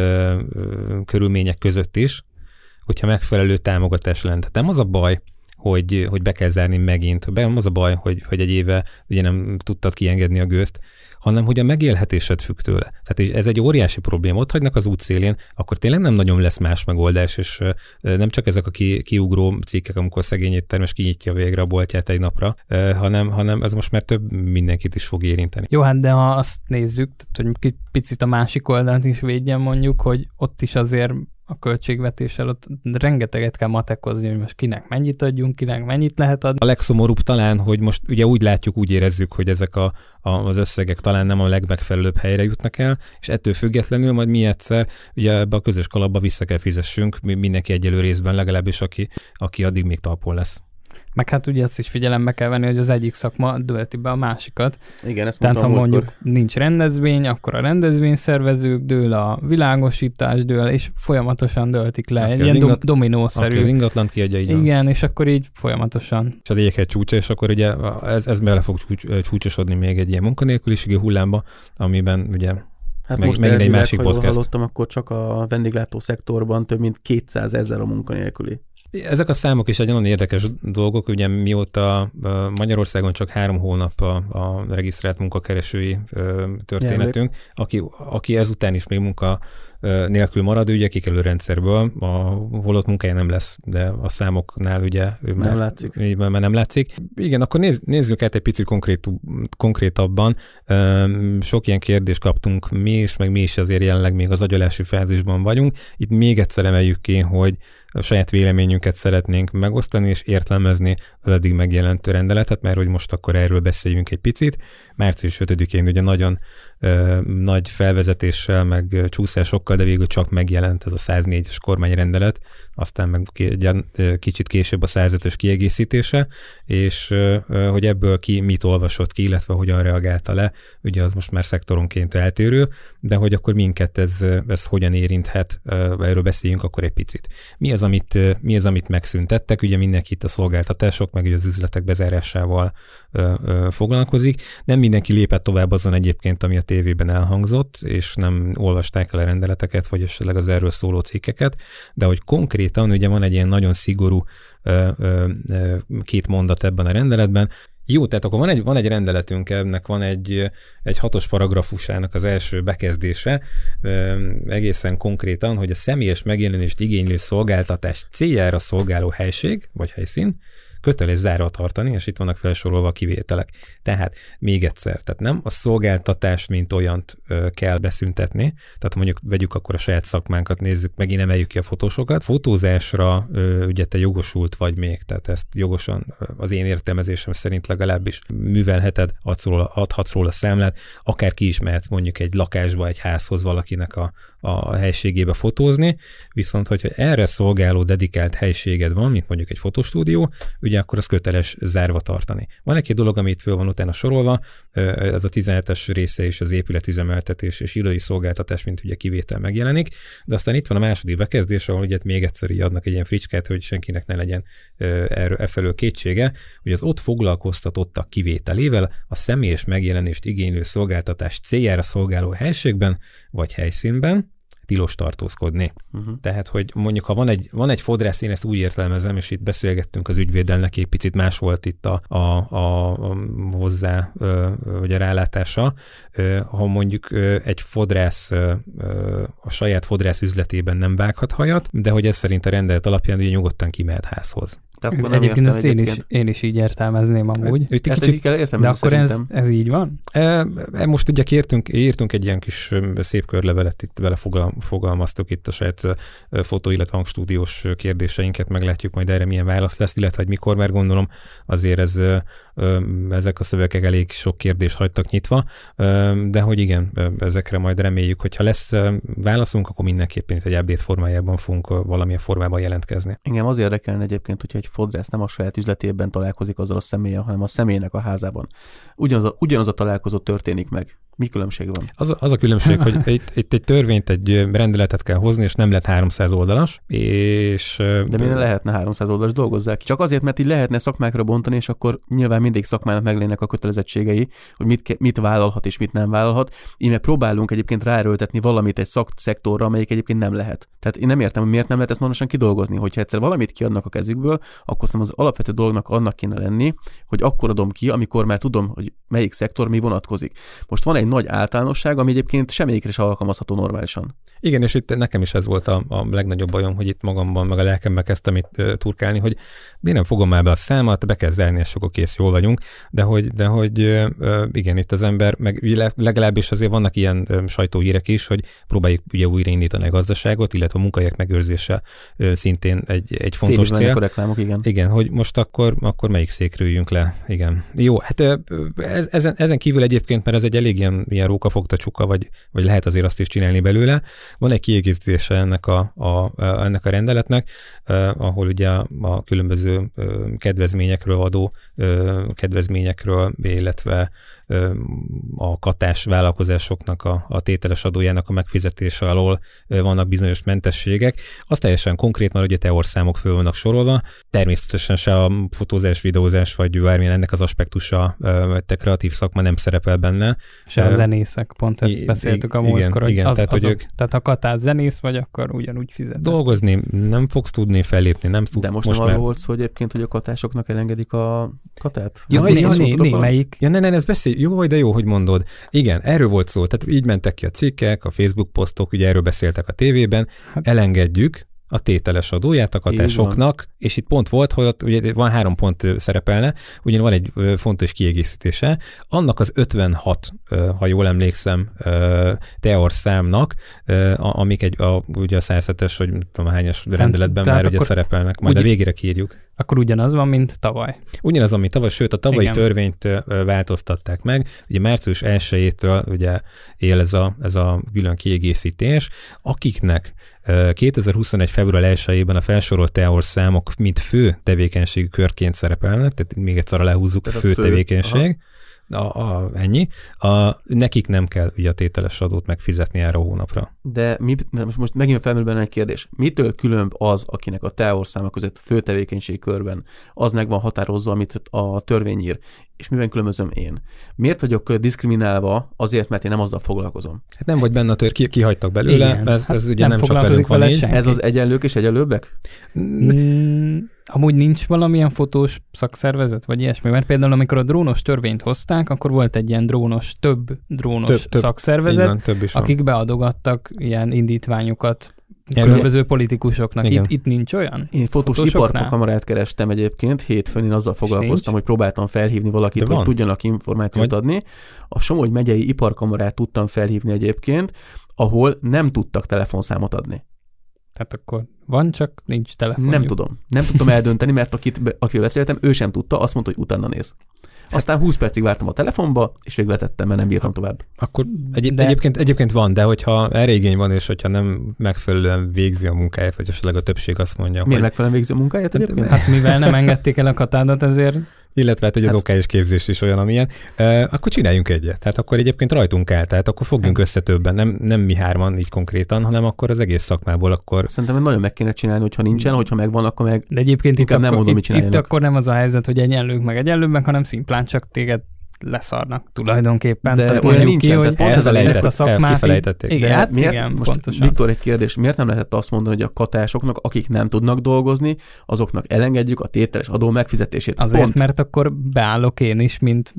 ö, körülmények között is, hogyha megfelelő támogatás lenne. Tehát nem az a baj, hogy, hogy be kell zárni megint, nem az a baj, hogy, hogy egy éve ugye nem tudtad kiengedni a gőzt, hanem hogy a megélhetésed függ tőle. Tehát ez egy óriási probléma. Ott hagynak az útszélén, akkor tényleg nem nagyon lesz más megoldás, és nem csak ezek a ki, kiugró cikkek, amikor szegény éttermes kinyitja végre a boltját egy napra, hanem, hanem ez most már több mindenkit is fog érinteni. Jó, hát de ha azt nézzük, hogy picit a másik oldalt is védjen mondjuk, hogy ott is azért a költségvetéssel ott rengeteget kell matekozni, hogy most kinek mennyit adjunk, kinek mennyit lehet adni. A legszomorúbb talán, hogy most ugye úgy látjuk, úgy érezzük, hogy ezek a, a, az összegek talán nem a legmegfelelőbb helyre jutnak el, és ettől függetlenül majd mi egyszer ugye ebbe a közös kalapba vissza kell fizessünk, mindenki egyelő részben, legalábbis aki, aki addig még talpon lesz. Meg hát ugye azt is figyelembe kell venni, hogy az egyik szakma dölti be a másikat. Igen, ezt Tehát ha mondjuk múltkor. nincs rendezvény, akkor a rendezvényszervezők dől, a világosítás dől, és folyamatosan döltik le. Egy ilyen ingat, dominószerű. Aki az ingatlant kiadja, így igen, van. És akkor így folyamatosan. És az egyik egy csúcsa, és akkor ugye ez, ez bele fog csúcs, csúcsosodni még egy ilyen munkanélküliségi hullámba, amiben ugye hát meg, most megint egy másik ha podcast. hallottam, akkor csak a vendéglátó szektorban több mint kétszázezer a munkanélküli. Ezek a számok is egy nagyon érdekes dolgok, ugye mióta Magyarországon csak három hónap a, a regisztrált munkakeresői történetünk, aki, aki ezután is még munka nélkül marad, ő ugye kikerül rendszerből, a holott munkája nem lesz, de a számoknál ugye ő nem már, látszik. Már nem látszik. Igen, akkor néz, nézzük át egy picit konkrét, konkrétabban. Sok ilyen kérdést kaptunk mi is, meg mi is azért jelenleg még az agyalási fázisban vagyunk. Itt még egyszer emeljük ki, hogy a saját véleményünket szeretnénk megosztani és értelmezni az eddig megjelent rendeletet, mert hogy most akkor erről beszéljünk egy picit. március ötödikén ugye nagyon ö, nagy felvezetéssel, meg csúszásokkal, de végül csak megjelent ez a száznégyes kormányrendelet, aztán meg kicsit később a százötös kiegészítése, és ö, hogy ebből ki mit olvasott ki, illetve hogyan reagálta le, ugye az most már szektoronként eltérő, de hogy akkor minket ez, ez hogyan érinthet, erről beszéljünk akkor egy picit. Mi az, amit, mi az, amit megszüntettek? Ugye mindenki itt a szolgáltatások, meg ugye az üzletek bezárásával ö, ö, foglalkozik. Nem mindenki lépett tovább azon egyébként, ami a tévében elhangzott, és nem olvasták el a rendeleteket, vagy esetleg az erről szóló cikkeket, de hogy konkrétan ugye van egy ilyen nagyon szigorú ö, ö, ö, két mondat ebben a rendeletben. Jó, tehát akkor van egy, van egy rendeletünk, ennek van egy, egy hatos paragrafusának az első bekezdése, egészen konkrétan, hogy a személyes megjelenést igénylő szolgáltatás céljára szolgáló helység, vagy helyszín, köteles zárva tartani, és itt vannak felsorolva a kivételek. Tehát még egyszer, tehát nem a szolgáltatást, mint olyant ö, kell beszüntetni, tehát mondjuk vegyük akkor a saját szakmánkat, nézzük, megint emeljük ki a fotósokat. Fotózásra ö, ugye te jogosult vagy még, tehát ezt jogosan az én értelmezésem szerint legalábbis művelheted, adsz róla, adhatsz róla számlát, akár ki is mehetsz mondjuk egy lakásba, egy házhoz valakinek a, a helységébe fotózni, viszont hogyha erre szolgáló dedikált helységed van, mint mondjuk egy fotostúdió, ugye akkor az köteles zárva tartani. Van egy-két dolog, amit föl van utána sorolva, ez a tizenhetes része is az épületüzemeltetés és irodai szolgáltatás, mint ugye kivétel megjelenik, de aztán itt van a második bekezdés, ahol ugye még egyszer így adnak egy ilyen fricskát, hogy senkinek ne legyen erről efelől kétsége, hogy az ott foglalkoztatottak kivételével a személyes megjelenést igénylő szolgáltatás céljára szolgáló helységben vagy helyszínben tilos tartózkodni. Uh-huh. Tehát, hogy mondjuk, ha van egy, van egy fodrász, én ezt úgy értelmezem, és itt beszélgettünk az ügyvéddel, neki egy picit más volt itt a, a, a, a hozzá, vagy a rálátása. Ha mondjuk egy fodrász a saját fodrász üzletében nem vághat hajat, de hogy ez szerint a rendelet alapján ugye nyugodtan kimehet házhoz. Egyébként ezt én is, én is így értelmezném amúgy. Ő, hát kicsit, értem, de akkor ez, ez így van? E, most ugye kértünk, írtunk egy ilyen kis szép körlevelet, itt vele fogal, fogalmaztuk itt a saját fotó, illetve hangstúdiós kérdéseinket, meglátjuk majd erre milyen válasz lesz, illetve hogy mikor, mert gondolom azért ez, ezek a szövegek elég sok kérdést hagytak nyitva, de hogy igen, ezekre majd reméljük, hogy ha lesz válaszunk, akkor mindenképpen itt egy update formájában fogunk valamilyen formában jelentkezni. Engem az érdekelne egyébként, hogyha egy fodrász nem a saját üzletében találkozik azzal a személyen, hanem a személynek a házában. Ugyanaz a, ugyanaz a találkozó történik meg. Mi különbség van? Az, az a különbség, hogy itt, itt egy törvényt, egy rendeletet kell hozni, és nem lehet háromszáz oldalas, és... De miért lehetne háromszáz oldalas, dolgozzák ki? Csak azért, mert így lehetne szakmákra bontani, és akkor nyilván mindig szakmának meglének a kötelezettségei, hogy mit, mit vállalhat és mit nem vállalhat. Így meg próbálunk egyébként ráerőltetni valamit egy szakszektorra, amelyik egyébként nem lehet. Tehát én nem értem, hogy miért nem lehet ezt pontosan kidolgozni. Hogyha egyszer valamit kiadnak a kezükből, akkor az alapvető dolognak annak kéne lenni, hogy akkor adom ki, amikor már tudom, hogy melyik szektor mi vonatkozik. Most van egy nagy általánosság, ami egyébként semmelyikre sem alkalmazható normálisan. Igen, és itt nekem is ez volt a, a legnagyobb bajom, hogy itt magamban, meg a lelkemben kezdtem itt uh, turkálni, hogy miért nem fogom már be a számat, be kell zárni, és akkor kész, jól vagyunk, de hogy, de hogy uh, igen, itt az ember, meg legalábbis azért vannak ilyen uh, sajtóhírek is, hogy próbáljuk ugye újraindítani a gazdaságot, illetve a munkahelyek megőrzése uh, szintén egy, egy fontos cél. A reklámok, igen. Igen, hogy most akkor, akkor melyik székről üljünk le, igen. Jó, hát uh, ez, ezen, ezen kívül egyébként, mert ez egy elég ilyen, ilyen rókafogta csuka, vagy, vagy lehet azért azt is csinálni belőle. Van egy kiegészítése ennek a, a, ennek a rendeletnek, eh, ahol ugye a, a különböző eh, kedvezményekről adó eh, kedvezményekről, illetve a katás vállalkozásoknak a, a tételes adójának a megfizetése alól vannak bizonyos mentességek. Az teljesen konkrét, mert ugye teorszámok föl vannak sorolva. Természetesen se a fotózás, videózás, vagy bármilyen ennek az aspektusa, te kreatív szakma nem szerepel benne. Se a zenészek, pont ezt beszéltük a múltkor, hogy, az, tehát, azok, hogy ők... tehát ha katás zenész vagy, akkor ugyanúgy fizetnek. Dolgozni nem fogsz tudni, fellépni nem tudsz. De most, most nem arról volt szó egyébként, hogy a katásoknak elengedik a katát? Ja, hát, ja, né, némelyik. Ja, ne, ne, ez beszélj. Jó, de jó, hogy mondod. Igen, erről volt szó. Tehát így mentek ki a cikkek, a Facebook posztok, ugye erről beszéltek a tévében. Hát, elengedjük a tételes adóját a katásoknak, és itt pont volt, hogy ott ugye van három pont szerepelne, ugyan van egy fontos kiegészítése, annak az ötvenhat, ha jól emlékszem, teorszámnak, amik egy, a, ugye a száz hetes, vagy nem tudom hányas rendeletben már ugye szerepelnek, majd úgy, a végére kiírjuk. Akkor ugyanaz van, mint tavaly. Ugyanaz van, mint tavaly, sőt a tavalyi Igen. törvényt változtatták meg, ugye március elsejétől ugye él ez a, ez a külön kiegészítés, akiknek kétezer-huszonegy február elsejében a felsorolt teorszámok mint fő tevékenységű körként szerepelnek, tehát még egyszer lehúzzuk, tehát fő, fő tevékenység, a, a, ennyi, a, nekik nem kell ugye a tételes adót megfizetni erre a hónapra. De mi, most, most megint felmerül benne egy kérdés. Mitől különb az, akinek a teorszáma között fő tevékenységi körben az meg van határozva, amit a törvény ír, és miben különbözöm én? Miért vagyok diszkriminálva azért, mert én nem azzal foglalkozom? Hát nem vagy benne a tör, ki, kihagytak belőle, Igen, ez, ez hát ugye nem, nem csak velünk van így. Ez az egyenlők és egyenlőbbek? Mm, amúgy nincs valamilyen fotós szakszervezet, vagy ilyesmi? Mert például amikor a drónos törvényt hozták, akkor volt egy ilyen drónos, több drónos több, több, szakszervezet, van, több akik beadogattak ilyen indítványokat különböző politikusoknak. Itt, itt nincs olyan? Én fotós iparkamarát kerestem egyébként, hétfőn én azzal foglalkoztam, hogy próbáltam felhívni valakit, hogy tudjanak információt Vagy... adni. A Somogy megyei iparkamarát tudtam felhívni egyébként, ahol nem tudtak telefonszámot adni. Tehát akkor van, csak nincs telefonjuk. Nem tudom. Nem tudtam eldönteni, mert akit, akivel beszéltem, ő sem tudta, azt mondta, hogy utána néz. Aztán húsz percig vártam a telefonba, és végül letettem, mert nem bírtam tovább. Akkor egy, de... egyébként, egyébként van, de hogyha erre igény van, és hogyha nem megfelelően végzi a munkáját, vagy esetleg a többség azt mondja, Miért hogy... megfelelően végzi a munkáját egyébként? Hát mivel nem engedték el a katádat, ezért... Illetve hát, hogy az hát... okályos képzés is olyan, amilyen, uh, akkor csináljunk egyet. Tehát akkor egyébként rajtunk áll, tehát akkor fogjunk hát. össze többen, nem, nem mi hárman így konkrétan, hanem akkor az egész szakmából akkor... Szerintem nagyon meg kéne csinálni, hogyha nincsen, hogyha megvan, akkor meg... De egyébként itt, nem akkor, mondom, itt, itt akkor nem az a helyzet, hogy egyenlők meg egyenlőbbek, hanem szimplán csak téged leszarnak tulajdonképpen. De tehát olyan nincsen, ki, hogy ez ezt a szakmát kifelejtették. Igen, hát miért, igen, most pontosan. Viktor, egy kérdés, miért nem lehetett azt mondani, hogy a katásoknak, akik nem tudnak dolgozni, azoknak elengedjük a tételes adó megfizetését? Azért, Pont. mert akkor beállok én is, mint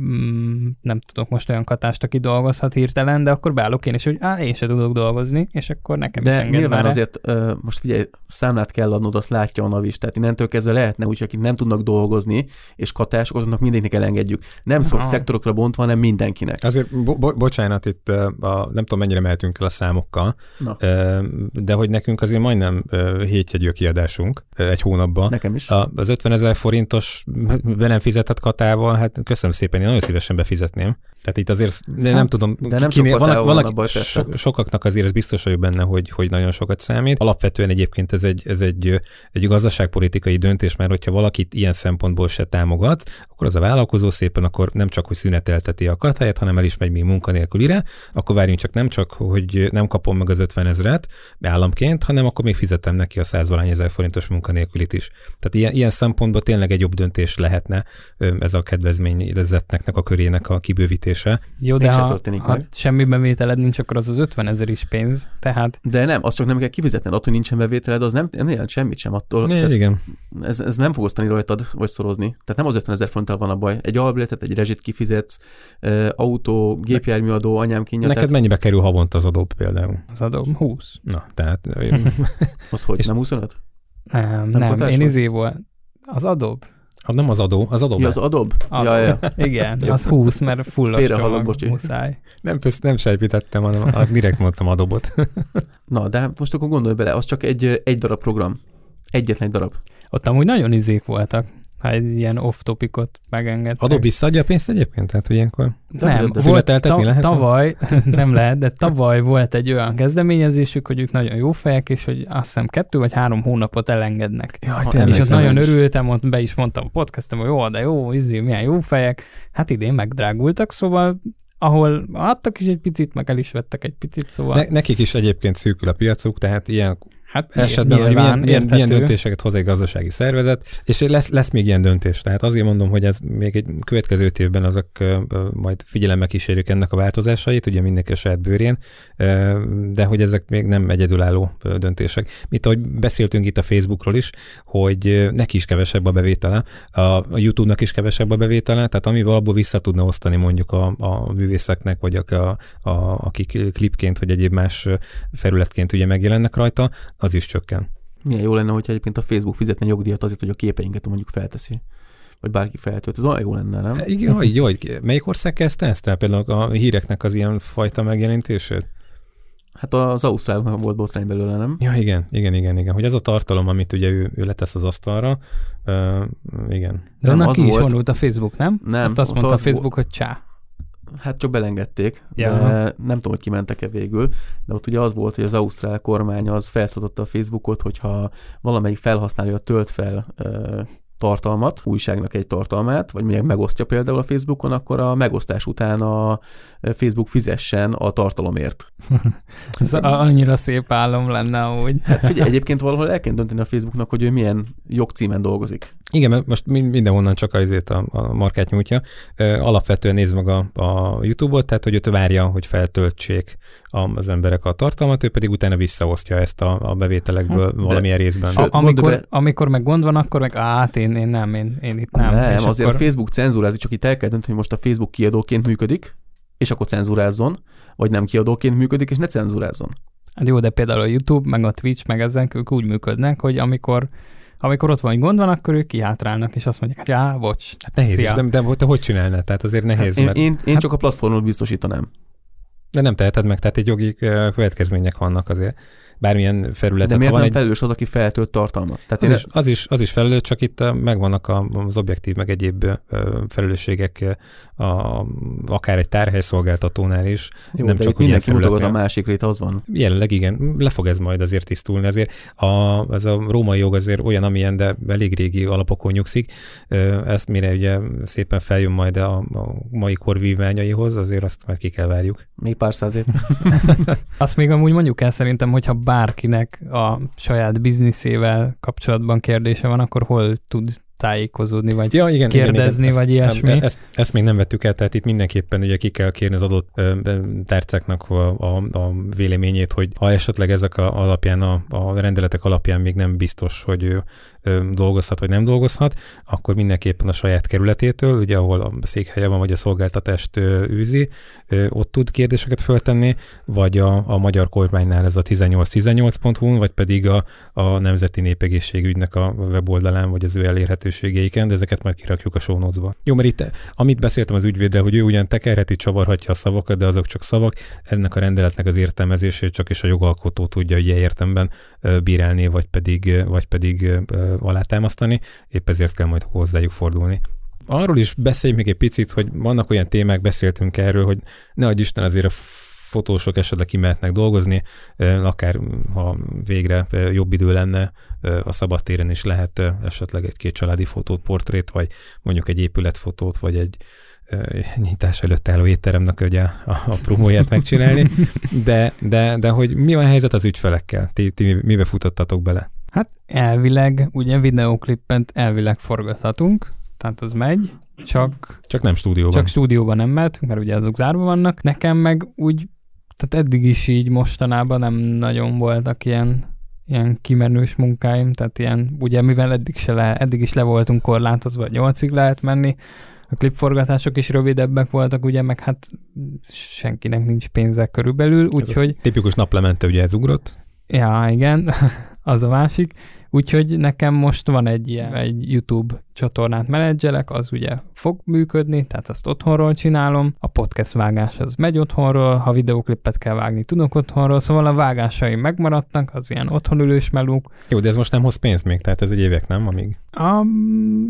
mm, nem tudok most olyan katást, aki dolgozhat hirtelen, de akkor beállok én is, hogy á, én se tudok dolgozni, és akkor nekem de is enged nyilván vele. azért uh, most figyelj, számlát kell adnod, azt látja a NAV is, tehát innentől kezdve lehetne úgy, akik nem tudnak dolgozni, és katások, azoknak mindenkinek elengedjük. Nem szok szektorokra bontva, hanem mindenkinek. Azért, bo- bo- bocsánat, itt a, nem tudom, mennyire mehetünk el a számokkal, Na. de hogy nekünk azért majdnem hétjegyű a kiadásunk egy hónapban. Nekem is. A, az ötvenezer forintos be nem fizetett katával, hát köszönöm szépen, én nagyon szívesen befizetném. Tehát itt azért de hát, nem tudom, de nem kinél, vannak, vannak van so, sokaknak azért ez biztos vagyok benne, hogy, hogy nagyon sokat számít. Alapvetően egyébként ez egy, ez egy, egy gazdaságpolitikai döntés, mert hogyha valakit ilyen szempontból se támogat, akkor az a vállalkozó szépen akkor nem csak, hogy szünetelteti a katáját, hanem el is megy még munkanélkülire, akkor várjunk csak nem csak, hogy nem kapom meg az ötvenezret államként, hanem akkor még fizetem neki a százvalány ezer forintos munkanélkülit is. Tehát ilyen, ilyen szempontból tényleg egy jobb döntés lehetne ez a kedvezményezettnek a körének a kibővítése. Jó, de ha, ha semmi bevételed nincs, akkor az az ötvenezer is pénz, tehát... De nem, azt csak nem kell kifizetned, attól, hogy nincsen bevételed, az nem, nem jelent semmit sem attól. Ne, igen. Ez, ez nem fog osztani rajtad, vagy szorozni. Tehát nem az ötvenezer forinttal van a baj. Egy albiletet, egy rezsit kifizetsz, autó, gépjárműadó, anyám kínja. Neked tehát... mennyibe kerül havonta az adó például? Az adó húsz. Na, tehát... az hogy, nem huszonöt? Nem, nem, nem én izé volt. Az adóbb. Hát nem az adó, az adó. Ja, az adóbb? adó. Ja, ja. Igen, az húsz, mert fullos csomag, muszáj. Nem, nem sejpítettem, hanem direkt mondtam adóbot. Na, de most akkor gondolj bele, az csak egy, egy darab program. Egyetlen egy darab. Ott amúgy nagyon izék voltak. ha egy ilyen off-topicot megengedtek. Adó visszaadja a pénzt egyébként? Tehát, hogy ilyenkor nem, volt, ta- tavaly, nem lehet, de tavaly volt egy olyan kezdeményezésük, hogy ők nagyon jó fejek, és hogy azt hiszem kettő vagy három hónapot elengednek. Jaj, és ott nagyon is. örültem, ott be is mondtam a podcastom, hogy jó, de jó, izé, milyen jó fejek. Hát idén megdrágultak, szóval ahol adtak is egy picit, meg el is vettek egy picit, szóval... Ne, nekik is egyébként szűkül a piacuk, tehát ilyen hát esetben, hogy milyen, milyen, milyen döntéseket hoz egy gazdasági szervezet, és lesz, lesz még ilyen döntés. Tehát azért mondom, hogy ez még egy következő évben azok majd figyelemmel kísérjük ennek a változásait, ugye mindenki a saját bőrén, de hogy ezek még nem egyedülálló döntések. Mint ahogy beszéltünk itt a Facebookról is, hogy neki is kevesebb a bevétele, a YouTube-nak is kevesebb a bevétele, tehát amivel abból vissza tudna osztani mondjuk a, a művészeknek, vagy a, a, a, akik klipként, vagy egyéb más felületként ugye megjelennek rajta, az is csökken. Milyen jó lenne, hogyha egyébként a Facebook fizetne jogdíjat azért, hogy a képeinket mondjuk felteszi. Vagy bárki feltölt. Ez olyan jó lenne, nem? Igen, jó, melyik ország kezdte ezt el? Például a híreknek az ilyen fajta megjelentését? Hát az Ausztrálban volt botrány belőle, nem? Ja, igen, igen, igen, igen. Hogy az a tartalom, amit ugye ő, ő letesz az asztalra, uh, igen. De annak ki is vonult a Facebook, nem? Nem. Ott azt mondta az a Facebook, vo- hogy csá. Hát csak belengedték, ja. de nem tudom, hogy kimentek-e végül, de ott ugye az volt, hogy az ausztrál kormány az felszólította a Facebookot, hogyha valamelyik felhasználója tölt fel ö, tartalmat, újságnak egy tartalmát, vagy még megosztja például a Facebookon, akkor a megosztás után a Facebook fizessen a tartalomért. Ez annyira szép álom lenne amúgy. Hát figyelj, egyébként valahol el kell dönteni a Facebooknak, hogy ő milyen jogcímen dolgozik. Igen, mert most mindenhonnan csak azért a, a markát nyújtja. Alapvetően nézd meg a, a YouTube-ot, tehát hogy őt várja, hogy feltöltsék az emberek a tartalmat, ő pedig utána visszaosztja ezt a, a bevételekből hát, valamilyen részben. A, amikor, be... amikor meg gond van, akkor meg át, én, én nem, én, én itt nem. Nem, és azért akkor... a Facebook cenzúrázik, csak itt el kell dönteni, hogy most a Facebook kiadóként működik, és akkor cenzúrázzon, vagy nem kiadóként működik, és ne cenzúrázzon. Hát jó, de például a YouTube, meg a Twitch, meg ezek, ők úgy működnek, hogy amikor amikor ott van, hogy gond van, akkor ők kihátrálnak, és azt mondják, hogy á, bocs. Hát nehéz is, de, de te hogy csinálnád? Tehát azért nehéz. Hát mert... Én, én, én hát... csak a platformot biztosítanám. De nem teheted meg, tehát egy jogi következmények vannak azért. Bármilyen felületen. De miért nem egy... felelős az, aki feltölt tartalmat? Tehát az, én... is, az, is, az is felelős, csak itt megvannak az objektív, meg egyéb felelősségek, a, akár egy tárhelyszolgáltatónál is. Jó, nem de csak mindenki mutogat a másikra, az van. Jelenleg igen, le fog ez majd azért tisztulni. Azért a, ez a római jog azért olyan, amilyen, de elég régi alapokon nyugszik. Ezt mire ugye szépen feljön majd a, a mai kor vívmányaihoz, azért azt majd ki kell várjuk. Még pár száz év. Azt még amúgy mondjuk el szerintem, hogyha bárkinek a saját bizniszével kapcsolatban kérdése van, akkor hol tud tájékozódni, vagy ja, igen, kérdezni, igen, igen. vagy ezt, ilyesmi. Ezt, ezt még nem vettük el, tehát itt mindenképpen ugye ki kell kérni az adott tárcáknak a, a, a véleményét, hogy ha esetleg ezek a, alapján, a, a rendeletek alapján még nem biztos, hogy ő dolgozhat, vagy nem dolgozhat, akkor mindenképpen a saját kerületétől, ugye ahol a székhelye van, vagy a szolgáltatást űzi, ott tud kérdéseket föltenni, vagy a, a magyar kormánynál ez a tizennyolc tizennyolc pont hu, vagy pedig a, a Nemzeti Népegészségügynek a weboldalán, vagy az ő elérhetőségeiken, de ezeket már kirakjuk a show notes-ba. Jó, mert itt, amit beszéltem az ügyvéddel, hogy ő ugyan tekerheti, csavarhatja a szavakat, de azok csak szavak, ennek a rendeletnek az értelmezését csak is a jogalkotó tudja ugye értemben bírálni, vagy pedig, vagy pedig alátámasztani, épp ezért kell majd hozzájuk fordulni. Arról is beszélj még egy picit, hogy vannak olyan témák, beszéltünk erről, hogy ne adj Isten azért a fotósok esetleg kimehetnek dolgozni, akár ha végre jobb idő lenne, a szabadtéren is lehet esetleg egy-két családi fotót, portrét, vagy mondjuk egy épületfotót, vagy egy nyitás előtt álló étteremnek ugye a, a promóját megcsinálni, de, de, de hogy mi van a helyzet az ügyfelekkel? Ti, ti mibe futottatok bele? Hát elvileg, ugye videóklippet elvileg forgathatunk, tehát az megy, csak... Csak nem stúdióban. Csak stúdióban nem mehetünk, mert ugye azok zárva vannak. Nekem meg úgy, tehát eddig is így mostanában nem nagyon voltak ilyen, ilyen kimenős munkáim, tehát ilyen, ugye mivel eddig, se le, eddig is le voltunk korlátozva, nyolcig lehet menni, a klipforgatások is rövidebbek voltak, ugye, meg hát senkinek nincs pénze körülbelül, úgyhogy... Tipikus naplemente ugye ez ugrott. Ja, igen, az a másik. Úgyhogy nekem most van egy ilyen, egy YouTube csatornát menedzselek, az ugye fog működni, tehát azt otthonról csinálom, a podcast vágás az megy otthonról, ha videóklipet kell vágni, tudok otthonról, szóval a vágásaim megmaradtak, az ilyen otthonülős melók. Jó, de ez most nem hoz pénzt még, tehát ez egy évek, nem, amíg? A YouTube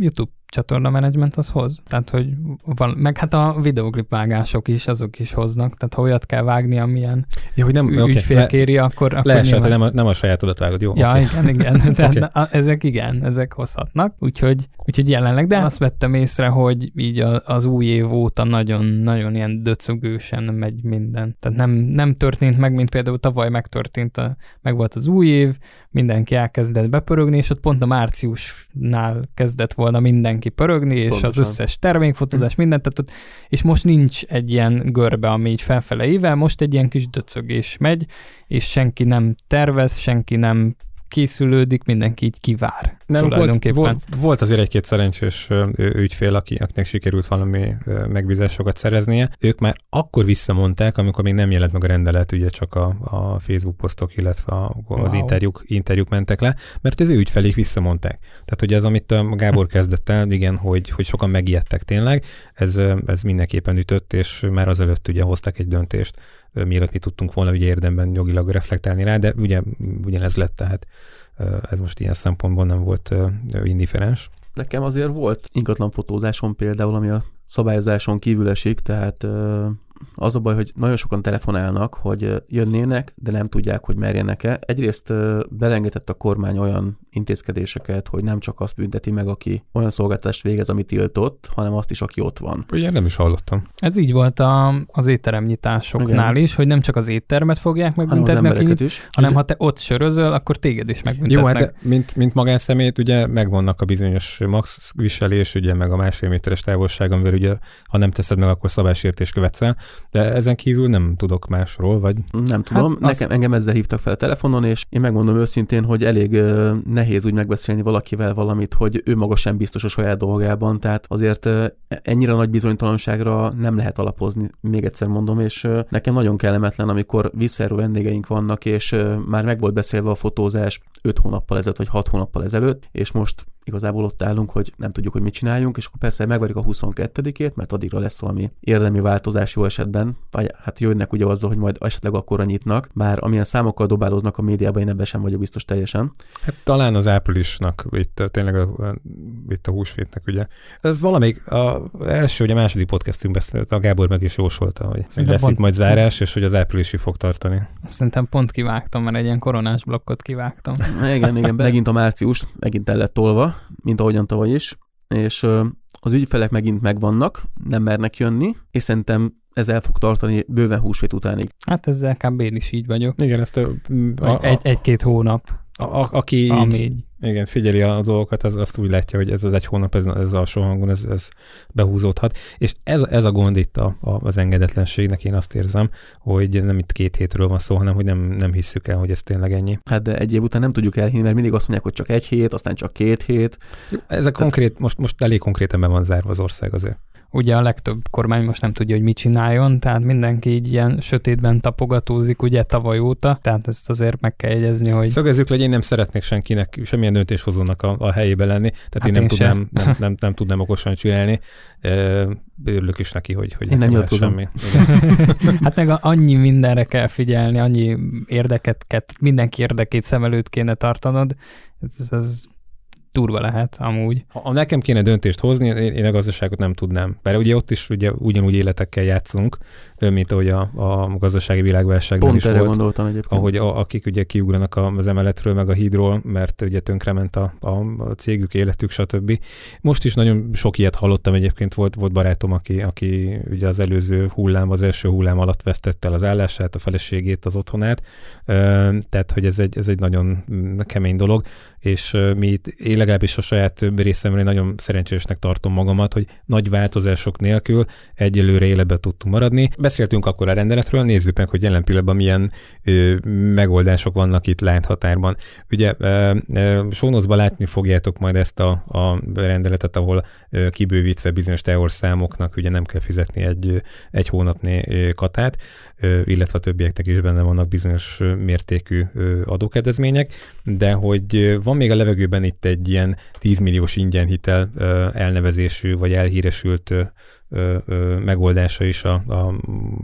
csatorna menedzsment az hoz. Tehát, hogy van, meg hát a videoklip vágások is, azok is hoznak. Tehát, ha olyat kell vágni, amilyen ja, hogy nem, ü- okay, ügyfél kéri, akkor... akkor leesett, nyilván... hogy nem a, nem a sajátodat vágod, jó? Ja, okay. igen, igen. Tehát okay. na, ezek igen, ezek hozhatnak. Úgyhogy, úgyhogy jelenleg, de azt vettem észre, hogy így a, az új év óta nagyon, nagyon ilyen döcögősen megy minden. Tehát nem, nem történt meg, mint például tavaly megtörtént, a, meg volt az új év, mindenki elkezdett bepörögni, és ott pont a márciusnál kezdett volna mindenki pörögni, és pontosan. Az összes termékfotózás, mindent, tehát ott, és most nincs egy ilyen görbe, ami így felfele ível, most egy ilyen kis döcögés megy, és senki nem tervez, senki nem készülődik, mindenki így kivár. Nem, volt, volt, volt azért egy-két szerencsés ügyfél, akinek sikerült valami megbízásokat szereznie. Ők már akkor visszamondták, amikor még nem jelent meg a rendelet, ugye csak a, a Facebook posztok, illetve a, az wow. interjúk, interjúk mentek le, mert az ő ügyfelék visszamondták. Tehát ugye az, amit a Gábor kezdett el, igen, hogy, hogy sokan megijedtek tényleg, ez, ez mindenképpen ütött, és már azelőtt ugye hoztak egy döntést, mielőtt mi tudtunk volna ugye érdemben jogilag reflektálni rá, de ugye ugyanez lett, tehát ez most ilyen szempontból nem volt indifferens. Nekem azért volt ingatlan fotózásom például, ami a szabályozáson kívül esik, tehát az a baj, hogy nagyon sokan telefonálnak, hogy jönnének, de nem tudják, hogy merjenek-e. Egyrészt belengedett a kormány olyan intézkedéseket, hogy nem csak azt bünteti meg, aki olyan szolgáltatást végez, amit tiltott, hanem azt is, aki ott van. Ugye nem is hallottam. Ez így volt a, az étteremnyitásoknál is, hogy nem csak az éttermet fogják megbüntetni, hanem, aki, is. hanem ha te ott sörözöl, akkor téged is megbüntetnek. Jó, hát de mint, mint magánszemélyt ugye megvannak a bizonyos max viselés, ugye meg a másfél méteres távolság, amivel ugye ha nem teszed meg, akkor szabálysértés követsz el. De ezen kívül nem tudok másról, vagy? Nem tudom. Hát Nekem, az... Engem ezzel hívtak fel a telefonon, és én megmondom őszintén, hogy elég uh, nehéz úgy megbeszélni valakivel valamit, hogy ő maga sem biztos a saját dolgában, tehát azért uh, ennyire nagy bizonytalanságra nem lehet alapozni, még egyszer mondom, és uh, nekem nagyon kellemetlen, amikor visszajáró vendégeink vannak, és uh, már meg volt beszélve a fotózás öt hónappal ezelőtt, vagy hat hónappal ezelőtt, és most igazából ott állunk, hogy nem tudjuk, hogy mit csináljunk, és akkor persze megvárjuk a huszonkettedikét, mert addigra lesz valami érdemi változás jó esetben, vagy hát jönnek ugye azzal, hogy majd esetleg akkorra nyitnak, bár amilyen számokkal dobálóznak a médiában, én ebben sem vagyok biztos teljesen. Hát talán az áprilisnak, itt tényleg a, itt a húsvétnek, ugye. Ez valamelyik, az első, ugye a második podcastünkben a Gábor meg is jósolta, hogy Szerintem lesz pont, itt majd zárás, és hogy az áprilisig fog tartani. Szerintem pont kivágtam, mert egy ilyen koronás blokkot kivágtam. Igen, igen, megint a március, megint el lett tolva, mint ahogyan tavaly is, és az ügyfelek megint megvannak, nem mernek jönni, és szerintem ez el fog tartani bőven húsvét utánig. Hát ezzel kb. Én is így vagyok. Igen, ezt a... a, a egy, egy-két hónap. A, a, aki így, így, igen, figyeli a dolgokat, az, azt úgy látja, hogy ez az egy hónap, ez, ez alsó hangon, ez, ez behúzódhat. És ez, ez a gond itt a, a, az engedetlenségnek, én azt érzem, hogy nem itt két hétről van szó, hanem hogy nem, nem hisszük el, hogy ez tényleg ennyi. Hát de egy év után nem tudjuk elhinni, mert mindig azt mondják, hogy csak egy hét, aztán csak két hét. Jó, ez a konkrét, most, most elég konkrétan be van zárva az ország azért. Ugye a legtöbb kormány most nem tudja, hogy mit csináljon, tehát mindenki így ilyen sötétben tapogatózik, ugye tavaly óta, tehát ezt azért meg kell jegyezni, hogy... Szögezzük le, hogy én nem szeretnék senkinek, semmilyen döntéshozónak a, a helyébe lenni, tehát hát én, nem, én tudnám, nem, nem, nem tudnám okosan csinálni. Örülök is neki, hogy, hogy én nem jött semmi. Hát meg annyi mindenre kell figyelni, annyi érdeket, mindenki érdekét szem előtt kéne tartanod, ez, ez durva lehet amúgy. Ha nekem kéne döntést hozni, én a gazdaságot nem tudnám. Bár ugye ott is ugye ugyanúgy életekkel játszunk, mint ahogy a, a gazdasági világválságban Pont is volt. Pont erre gondoltam egyébként. Ahogy a, akik ugye kiugranak az emeletről, meg a hídról, mert ugye tönkrement a, a, a cégük, életük, stb. Most is nagyon sok ilyet hallottam egyébként, volt, volt barátom, aki, aki ugye az előző hullám, az első hullám alatt vesztette el az állását, a feleségét, az otthonát. Tehát, hogy ez egy, ez egy nagyon kemény dolog, és mi itt, én legalábbis a saját részemről nagyon szerencsésnek tartom magamat, hogy nagy változások nélkül egyelőre életben tudtunk maradni. Beszéltünk akkor a rendeletről, nézzük meg, hogy jelen pillanatban milyen ö, megoldások vannak itt lánthatárban. Ugye Sónoszban látni fogjátok majd ezt a, a rendeletet, ahol ö, kibővítve bizonyos teorszámoknak ugye nem kell fizetni egy, egy hónapnyi katát, ö, illetve a többieknek is benne vannak bizonyos mértékű ö, adókedvezmények, de hogy van még a levegőben itt egy ilyen tízmilliós ingyenhitel ö, elnevezésű, vagy elhíresült ö, ö, megoldása is a, a,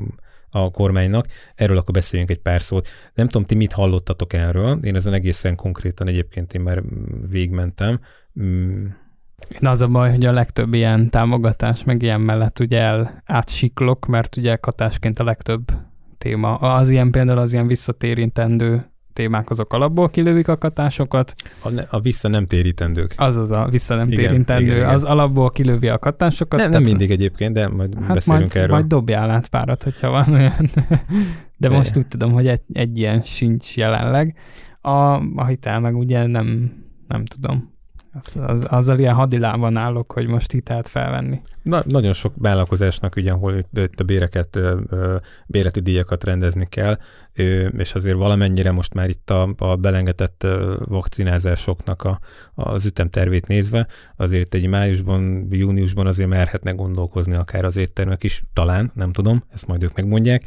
a kormánynak. Erről akkor beszéljünk egy pár szót. Nem tudom, ti mit hallottatok erről? Én ezen egészen konkrétan egyébként én már végigmentem. Na az a baj, hogy a legtöbb ilyen támogatás, meg ilyen mellett ugye el átsiklok, mert ugye katásként a legtöbb téma, az ilyen például az ilyen visszatérítendő témák, azok alapból kilövik a katásokat. A, ne, a vissza nem térítendők. Az az a vissza nem igen, térítendő, igen, igen. Az alapból kilövi a katásokat. Nem, nem mindig egyébként, de majd hát beszélünk majd, erről. Majd dobjál át párat, hogyha van olyan. De, de most úgy tudom, hogy egy, egy ilyen sincs jelenleg. A, a hitel meg ugye nem, nem tudom. Az, az, azzal ilyen hadilában állok, hogy most hitelt felvenni. Na, nagyon sok vállalkozásnak ugye, ahol itt a béreket, bérleti díjakat rendezni kell, és azért valamennyire most már itt a, a belengetett vakcinázásoknak a, az ütemtervét nézve, azért itt egy májusban, júniusban azért merhetnek gondolkozni akár az éttermek is, talán, nem tudom, ezt majd ők megmondják,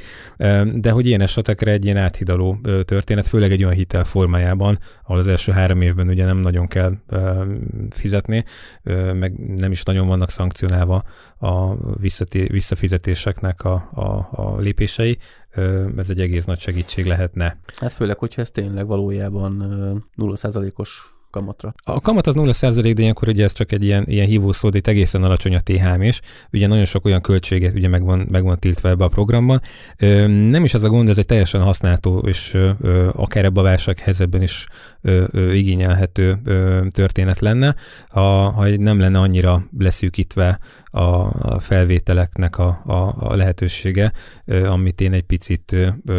de hogy ilyen esetekre egy ilyen áthidaló történet, főleg egy olyan hitel formájában, ahol az első három évben ugye nem nagyon kell fizetni, meg nem is nagyon vannak szankcionálva a visszafizetéseknek a, a, a lépései, ez egy egész nagy segítség lehetne. Hát főleg, hogyha ez tényleg valójában nulla százalékos kamatra. A kamat az nulla százalék, de ilyenkor ugye ez csak egy ilyen, ilyen hívószó, de itt egészen alacsony a té há em is. Ugye nagyon sok olyan költséget ugye meg van, meg van tiltva ebbe a programban. Nem is ez a gond, ez egy teljesen használható és akár ebbe a válsághelyzetben is igényelhető történet lenne, ha, ha nem lenne annyira leszűkítve a felvételeknek a, a, a lehetősége, amit én egy picit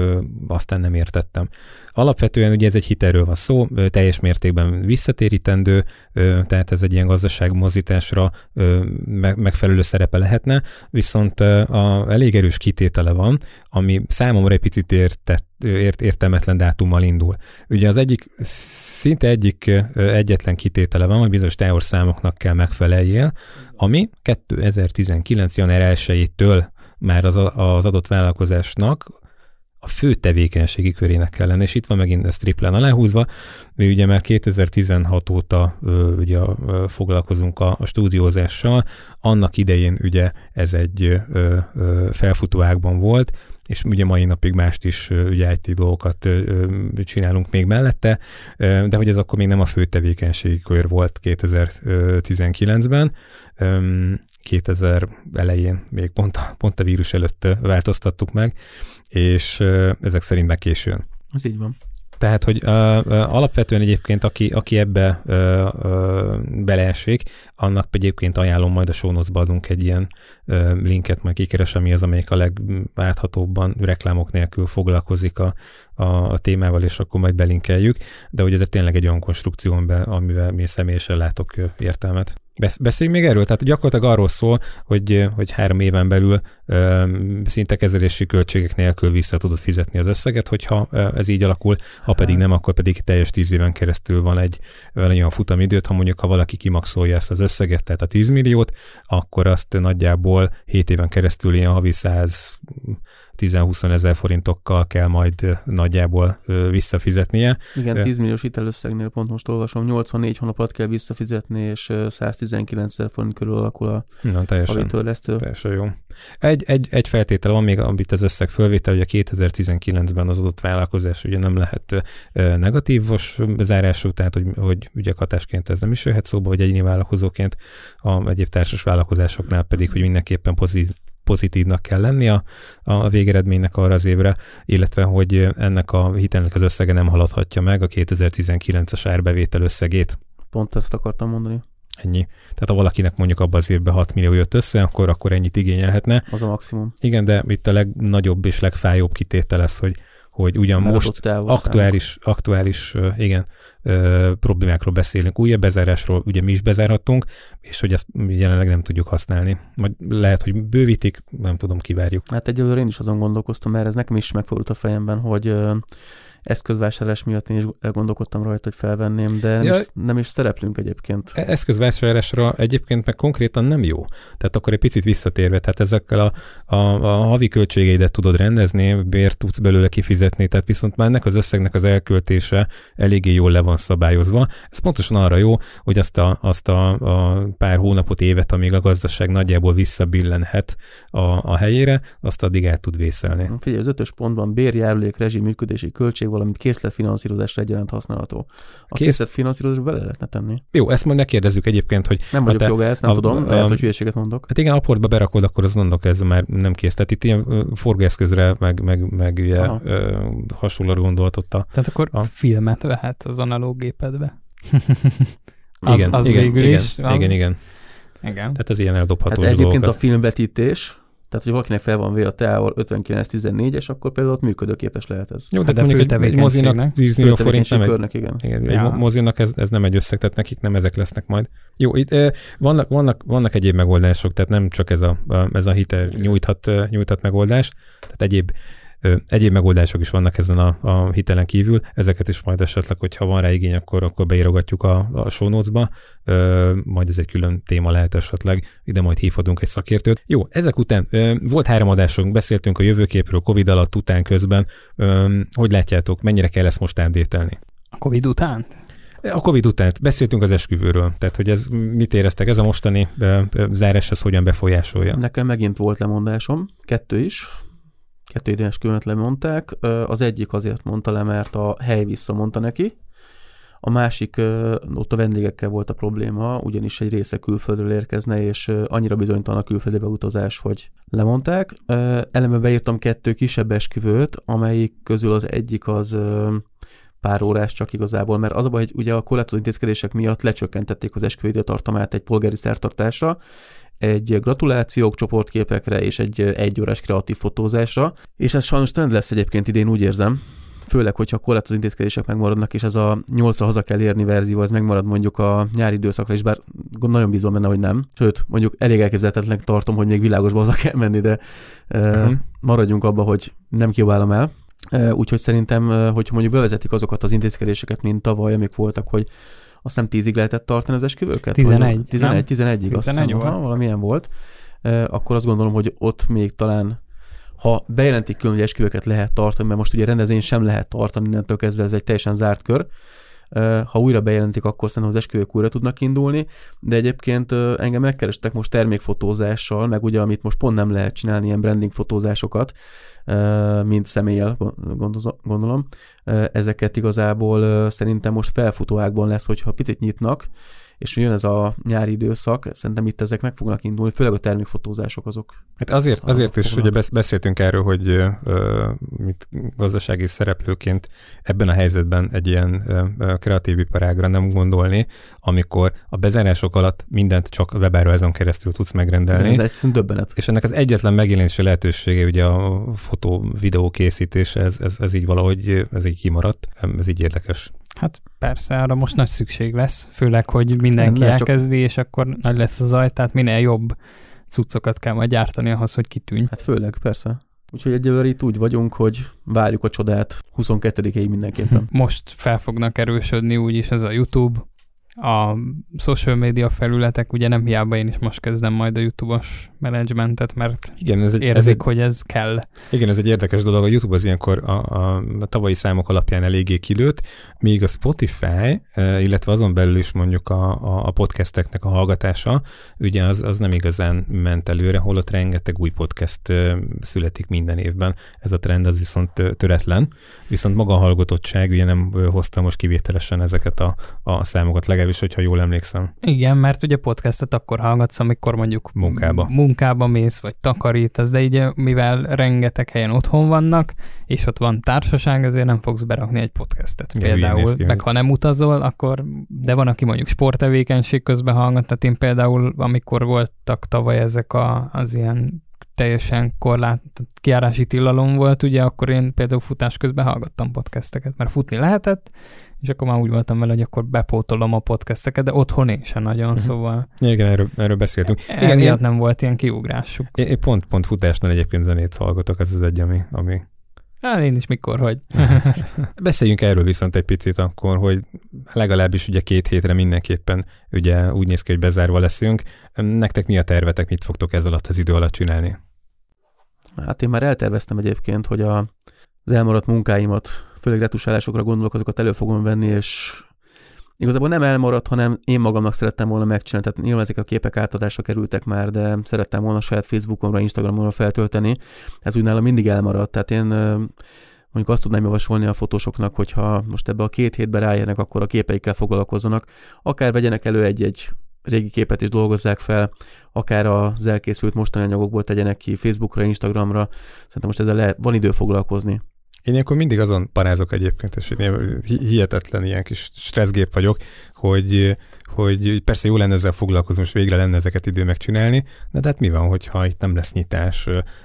aztán nem értettem. Alapvetően ugye ez egy hitelről van szó, teljes mértékben visszatérítendő, tehát ez egy ilyen gazdaságmozdításra megfelelő szerepe lehetne, viszont a elég erős kitétele van, ami számomra egy picit értett, ért, értelmetlen dátummal indul. Ugye az egyik, szinte egyik egyetlen kitétele van, hogy bizonyos távolszámoknak kell megfeleljél, ami kétezer-tizenkilenc. január elsejétől már az, az adott vállalkozásnak a fő tevékenységi körének kell lenni, és itt van megint ez triplán aláhúzva. Mi ugye már kétezer-tizenhat óta ugye foglalkozunk a, a stúdiózással, annak idején ugye ez egy ö, ö, felfutó ágban volt, és ugye mai napig mást is ugye í té dolgokat csinálunk még mellette, de hogy ez akkor még nem a fő tevékenységi kör volt kétezer-tizenkilencben, kétezer elején, még pont a, pont a vírus előtt változtattuk meg, és ezek szerint meg későn. Ez így van. Tehát, hogy uh, uh, alapvetően egyébként, aki, aki ebbe uh, uh, beleesik, annak egyébként ajánlom, majd a show notes-ba adunk egy ilyen uh, linket, majd kikeresem, mi az, amelyik a legláthatóbban reklámok nélkül foglalkozik a, a, a témával, és akkor majd belinkeljük, de hogy ez tényleg egy olyan konstrukció, amivel mi személyesen látok értelmet. Beszéljünk még erről, tehát gyakorlatilag arról szól, hogy, hogy három éven belül ö, szinte kezelési költségek nélkül vissza tudod fizetni az összeget, hogyha ez így alakul, ha pedig nem, akkor pedig teljes tíz éven keresztül van egy olyan futamidőt, ha mondjuk, ha valaki kimaxolja ezt az összeget, tehát a tíz milliót, akkor azt nagyjából hét éven keresztül ilyen havi száz tíz-húsz ezer forintokkal kell majd nagyjából visszafizetnie. Igen, tíz milliós hitelösszegnél pont most olvasom, nyolcvannégy hónapot kell visszafizetni, és száztizenkilenc ezer forint körül alakul a Na, teljesen, havi törlesztő. Teljesen jó. Egy, egy, egy feltétel van még, amit az összeg fölvétel, hogy a kétezer-tizenkilencben az adott vállalkozás ugye nem lehet negatívos zárású, tehát hogy, hogy ugye hatásként ez nem is jöhet szóba, vagy egyéni vállalkozóként, a egyéb társas vállalkozásoknál pedig, hogy mindenképpen pozitív pozitívnak kell lenni a, a végeredménynek arra az évre, illetve hogy ennek a hitelnek az összege nem haladhatja meg a kétezer-tizenkilences árbevétel összegét. Pont ezt akartam mondani. Ennyi. Tehát ha valakinek mondjuk abban az évben hat millió jött össze, akkor, akkor ennyit igényelhetne. Az a maximum. Igen, de itt a legnagyobb és legfájóbb kitétel lesz, hogy hogy ugyan meg most aktuális, aktuális igen, ö, problémákról beszélünk, újabb bezárásról ugye mi is bezárhattunk, és hogy ezt jelenleg nem tudjuk használni. Majd lehet, hogy bővítik, nem tudom, kivárjuk. Hát egyelőre én is azon gondolkoztam, mert ez nekem is megfordult a fejemben, hogy ö, eszközvásárlás miatt én is gondolkodtam rajta, hogy felvenném, de nem, ja, is, nem is szereplünk egyébként. Eszközvásárlásra egyébként meg konkrétan nem jó. Tehát akkor egy picit visszatérve, tehát ezekkel a, a, a havi költségeidet tudod rendezni, bért tudsz belőle kifizetni, tehát viszont már ennek az összegnek az elköltése eléggé jól le van szabályozva. Ez pontosan arra jó, hogy azt a, azt a, a pár hónapot, évet, amíg a gazdaság nagyjából visszabillenhet a, a helyére, azt addig el tud vészelni. Figyelj, az ötös pontban bér, járulék, rezsi, működési költség, valamint készletfinanszírozásra egyaránt használható. A Kész... készletfinanszírozásra bele lehetne tenni. Jó, ezt majd megkérdezzük egyébként, hogy... Nem vagyok jogász, nem a, tudom, a, lehet, hogy hülyeséget mondok. Hát igen, a portba berakod, akkor az mondok, ez már nem kész. Tehát itt ilyen forgóeszközre, meg, meg, meg ugye, hasonlóra gondoltott a... Tehát akkor a... filmet vehet az analóg gépedbe. az, igen, az igen, végül igen, is. Igen, az... igen, igen. Igen. Tehát ez ilyen eldobhatós hát egyébként dolgokat. a filmvetítés, tehát, hogy valakinek fel van véve a Teor ötvenkilenc tizennégyes, akkor például ott működőképes lehet ez. Jó, de hát mondjuk egy, egy mozinak tíz millió forint nem körnek, igen. igen ja. Egy mozinak ez, ez nem egy összeg, tehát nekik nem ezek lesznek majd. Jó, itt eh, vannak, vannak, vannak egyéb megoldások, tehát nem csak ez a, ez a hitel nyújthat, nyújthat megoldás, tehát egyéb Egyéb megoldások is vannak ezen a, a hitelen kívül, ezeket is majd esetleg, hogyha van rá igény, akkor, akkor beírogatjuk a, a show notes-ba, ö, majd ez egy külön téma lehet esetleg, ide majd hívhatunk egy szakértőt. Jó, ezek után ö, volt három adásunk, beszéltünk a jövőképről, Covid alatt, után, közben. Ö, hogy látjátok, mennyire kell ezt most átételni? A Covid után? A Covid után beszéltünk az esküvőről, tehát hogy ez mit éreztek, ez a mostani ö, ö, zárás, ez hogyan befolyásolja? Nekem megint volt lemondásom, kettő is. Kettő idénes különöt lemondták. Az egyik azért mondta le, mert a hely visszamondta neki. A másik, ott a vendégekkel volt a probléma, ugyanis egy része külföldről érkezne, és annyira bizonytalan a külföldi beutazás, hogy lemondták. Eleme beírtam kettő kisebb esküvőt, amelyik közül az egyik az pár órás csak igazából, mert az a baj, hogy ugye a korlátozó intézkedések miatt lecsökkentették az esküvő időtartamát egy polgári szertartásra, egy gratulációk, csoportképekre és egy egyórás kreatív fotózásra, és ez sajnos trend lesz egyébként idén, úgy érzem, főleg, hogyha a korlátozó intézkedések megmaradnak, és ez a nyolcra haza kell érni verzió, ez megmarad mondjuk a nyári időszakra is, bár nagyon bízom benne, hogy nem. Sőt, mondjuk elég elképzelhetetlenek tartom, hogy még világosba haza kell menni, de uh-huh. maradjunk abba, hogy nem kiabálom el. Úgyhogy szerintem, hogy mondjuk bevezetik azokat az intézkedéseket, mint tavaly, amik voltak, hogy azt nem tízig lehetett tartani az esküvőket? tizenegy. tizenegy, tizenegyig, azt hiszem, ha valamilyen volt. E, akkor azt gondolom, hogy ott még talán, ha bejelentik külön, hogy esküvőket lehet tartani, mert most ugye rendezvény sem lehet tartani, innentől kezdve ez egy teljesen zárt kör. E, ha újra bejelentik, akkor szerintem az esküvők újra tudnak indulni, de egyébként engem megkerestek most termékfotózással, meg ugye, amit most pont nem lehet csinálni, ilyen branding fotózásokat, mint személlyel, gondolom. Ezeket igazából szerintem most felfutóákban lesz, hogyha picit nyitnak, és jön ez a nyári időszak, szerintem itt ezek meg fognak indulni, főleg a termékfotózások azok. Hát azért, azért is, ugye beszéltünk erről, hogy uh, mit gazdasági szereplőként ebben a helyzetben egy ilyen uh, kreatív iparágra nem gondolni, amikor a bezárások alatt mindent csak webáruházon keresztül tudsz megrendelni. Ez egyszerűen döbbenet. És ennek az egyetlen megjelenési lehetősége ugye a fotó-videó készítés, ez, ez, ez így valahogy, ez így kimaradt, ez így érdekes. Hát persze, arra most nagy szükség lesz, főleg, hogy mindenki nem, elkezdi, csak... és akkor nagy lesz a zaj, tehát minél jobb cuccokat kell majd gyártani ahhoz, hogy kitűnj. Hát főleg, persze. Úgyhogy egyelőre itt úgy vagyunk, hogy várjuk a csodát huszonkettedikéig mindenképpen. Most fel fognak erősödni úgyis ez a YouTube, a social media felületek, ugye nem hiába én is most kezdem majd a YouTube-os menedzsmentet, mert igen, ez egy, érzik, ez egy, hogy ez kell. Igen, ez egy érdekes dolog. A YouTube az ilyenkor a, a, a tavalyi számok alapján eléggé kilőtt, míg a Spotify, illetve azon belül is mondjuk a, a podcasteknek a hallgatása, ugye az, az nem igazán ment előre, holott rengeteg új podcast születik minden évben. Ez a trend az viszont töretlen, viszont maga a hallgatottság ugye nem hozta most kivételesen ezeket a, a számokat, legalábbis, hogyha jól emlékszem. Igen, mert ugye podcastet akkor hallgatsz, amikor mondjuk munkába, munkába mész, vagy takarítasz, de így mivel rengeteg helyen otthon vannak, és ott van társaság, ezért nem fogsz berakni egy podcastet. Igen, például, meg ha nem utazol, akkor, de van, aki mondjuk sporttevékenység közben hallgat, tehát én például, amikor voltak tavaly ezek a, az ilyen teljesen korlát, kijárási tilalom volt, ugye, akkor én például futás közben hallgattam podcasteket, mert futni lehetett, és akkor már úgy voltam vele, hogy akkor bepótolom a podcasteket, de otthon én sem nagyon, uh-huh. szóval... Igen, erről, erről beszéltünk. Igen, én, nem volt ilyen kiugrásuk. Én, én pont, pont futásnál egyébként zenét hallgatok, ez az egy, ami... ami... Hát én is mikor, hogy... Beszéljünk erről viszont egy picit akkor, hogy legalábbis ugye két hétre mindenképpen ugye úgy néz ki, hogy bezárva leszünk. Nektek mi a tervetek, mit fogtok ez alatt az idő alatt csinálni? Hát én már elterveztem egyébként, hogy a, az elmaradt munkáimat, főleg retusálásokra gondolok, azokat elő fogom venni, és igazából nem elmaradt, hanem én magamnak szerettem volna megcsinálni. Tehát nyilván ezek a képek átadásra kerültek már, de szerettem volna saját Facebookomra, Instagramomra feltölteni. Ez úgy nálam mindig elmaradt. Tehát én mondjuk azt tudnám javasolni a fotósoknak, hogyha most ebbe a két hétben ráérnek, akkor a képeikkel foglalkozzanak. Akár vegyenek elő egy-egy régi képet is dolgozzák fel, akár az elkészült mostani anyagokból tegyenek ki Facebookra, Instagramra. Szerintem most ezzel le, van idő foglalkozni. Én ilyenkor mindig azon parázok egyébként, és én hihetetlen ilyen kis stresszgép vagyok, hogy, hogy persze jó lenne ezzel foglalkozni, most végre lenne ezeket idő megcsinálni, de, de hát mi van, hogyha itt nem lesz nyitás,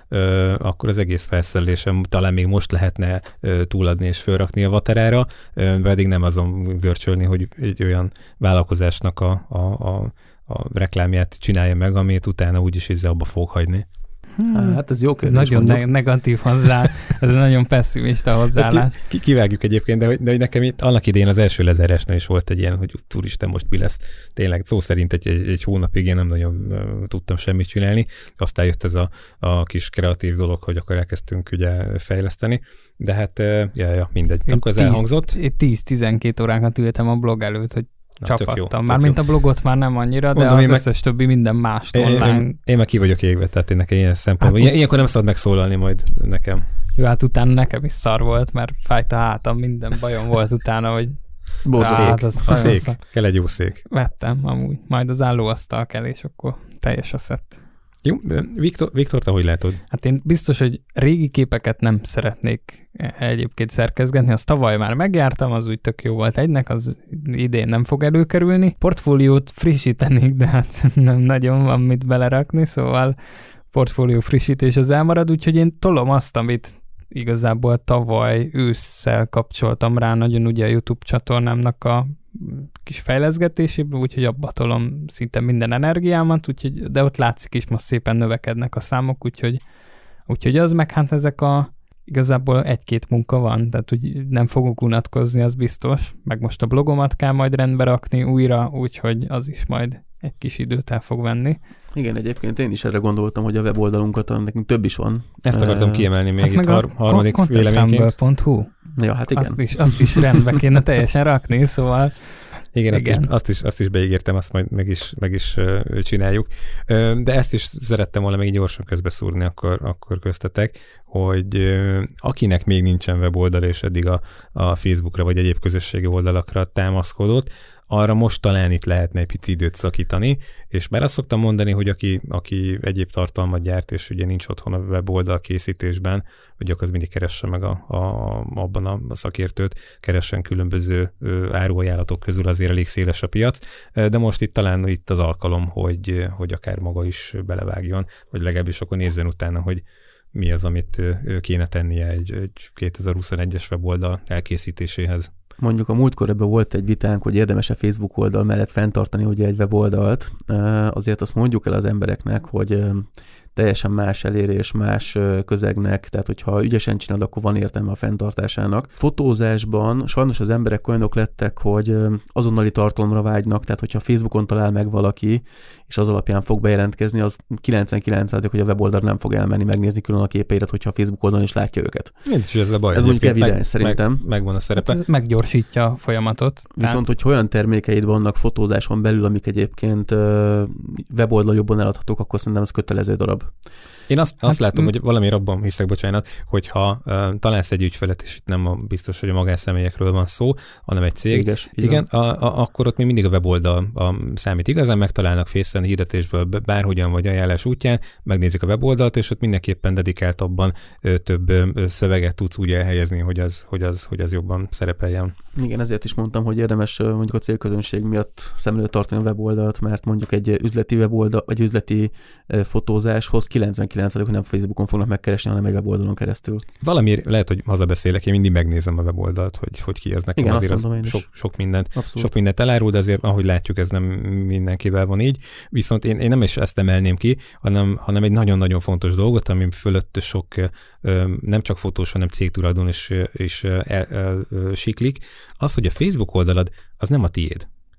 akkor az egész felszerelésem talán még most lehetne túladni és fölrakni a vaterára, pedig nem azon görcsölni, hogy egy olyan vállalkozásnak a, a, a, a reklámját csinálja meg, amit utána úgyis ezzel abba fog hagyni. Hmm. Hát ez jó kérdés. Ez nagyon ne- negatív hozzá, ez nagyon pessimista hozzáállás. Ki, kivágjuk egyébként, de hogy, de hogy nekem itt annak idején az első lezárásnál is volt egy ilyen, hogy úristen, most mi lesz. Tényleg szó szerint egy, egy, egy hónapig én nem nagyon uh, tudtam semmit csinálni. Aztán jött ez a, a kis kreatív dolog, hogy akkor elkezdtünk ugye fejleszteni. De hát, uh, ja, ja, mindegy. Én akkor ez elhangzott. tíz-tizenkét órákat ültem a blog előtt, hogy Na, csapattam. Mármint a blogot már nem annyira, de Mondom, az meg... összes többi minden mást én, online. Én, én meg ki vagyok égve, tehát én nekem ilyen szempontból. Hát, ilyenkor nem szabad megszólalni majd nekem. Jó, hát utána nekem is szar volt, mert fájt a hátam, minden bajom volt utána, hogy hát, az a szék, szar. Kell egy jó szék. Vettem amúgy, majd az állóasztal kell, és akkor teljes a szett. Jó, Viktor, Viktor, te hogy látod? Hát én biztos, hogy régi képeket nem szeretnék egyébként szerkezgetni, azt tavaly már megjártam, az úgy tök jó volt egynek, az idén nem fog előkerülni. Portfóliót frissítenék, de hát nem nagyon van mit belerakni, szóval portfólió frissítés az elmarad, úgyhogy én tolom azt, amit igazából tavaly ősszel kapcsoltam rá nagyon ugye a YouTube csatornámnak a kis fejleszgetéséből, úgyhogy abba tolom szinte minden energiámat, úgyhogy, de ott látszik is, most szépen növekednek a számok, úgyhogy, úgyhogy az meg hát ezek a igazából egy-két munka van, tehát úgy nem fogok unatkozni, az biztos, meg most a blogomat kell majd rendbe rakni újra, úgyhogy az is majd egy kis időt el fog venni. Igen, egyébként én is erre gondoltam, hogy a weboldalunkat, nekünk több is van. Ezt akartam kiemelni még hát itt har- harmadik véleményként. pont hu Ja, hát igen. Azt is, azt is rendbe kéne teljesen rakni, szóval igen, azt, igen. Is, azt, is, azt is beígértem, azt majd meg is, meg is uh, csináljuk. Uh, de ezt is szerettem volna még gyorsan közbeszúrni akkor, akkor köztetek, hogy uh, akinek még nincsen weboldal, és eddig a, a Facebookra vagy egyéb közösségi oldalakra támaszkodott, arra most talán itt lehetne egy pici időt szakítani, és már azt szoktam mondani, hogy aki, aki egyéb tartalmat gyárt, és ugye nincs otthon a weboldal készítésben, hogy akkor az mindig keresse meg a, a, abban a szakértőt, keressen különböző áruajánlatok közül, azért elég széles a piac, de most itt talán itt az alkalom, hogy, hogy akár maga is belevágjon, vagy legalábbis akkor nézzen utána, hogy mi az, amit kéne tennie egy, egy kétezer-huszonegyes weboldal elkészítéséhez. Mondjuk a múltkor ebben volt egy vitánk, hogy érdemes-e Facebook oldal mellett fenntartani ugye egy weboldalt. Azért azt mondjuk el az embereknek, hogy teljesen más elérés, más közegnek, tehát hogyha ügyesen csinálod, akkor van értelme a fenntartásának. Fotózásban sajnos az emberek olyanok lettek, hogy azonnali tartalomra vágynak, tehát hogyha Facebookon talál meg valaki, és az alapján fog bejelentkezni, az kilencvenkilenc százalék, hogy a weboldal nem fog elmenni megnézni külön a képeidet, hogyha a Facebook oldalon is látja őket. Nincs is ez a baj. Ez mondjuk evidens meg, szerintem. Meg, megvan a szerepe. Hát ez meggyorsítja a folyamatot. Viszont, tehát... hogyha olyan termékeid vannak fotózáson belül, amik egyébként weboldal jobban eladhatók, akkor szerintem ez kötelező darab. Én azt, azt hát, látom, m- hogy valami abban hiszek, bocsánat, hogyha uh, találsz egy ügyfelet, és itt nem a, biztos, hogy a magánszemélyekről van szó, hanem egy cég. Céges, igen, a, a, akkor ott még mindig a weboldal a, számít. Igazán megtalálnak Face-en hirdetésből bárhogyan vagy ajánlás útján, megnézik a weboldalt, és ott mindenképpen dedikáltabban ö, több ö, szöveget tudsz úgy elhelyezni, hogy az, hogy, az, hogy az jobban szerepeljen. Igen, ezért is mondtam, hogy érdemes mondjuk a célközönség miatt szem előtt tartani a weboldalt, mert mondjuk egy üzleti weboldal, vagy üzleti fotózáshoz kilencvenkilenc százalék, hogy nem Facebookon fognak megkeresni, hanem egy weboldalon keresztül. Valami lehet, hogy hazabeszélek, én mindig megnézem a weboldalt, hogy hogy ki az nekem. Igen, azért az sok, sok, mindent, Abszolút. sok mindent elárul, de azért, ahogy látjuk, ez nem mindenkivel van így. Viszont én, én nem is ezt emelném ki, hanem, hanem egy nagyon-nagyon fontos dolgot, ami fölött sok nem csak fotós, hanem cégtulajdon is, is el, el, el, siklik, az, hogy a Facebook oldalad az nem a tiéd.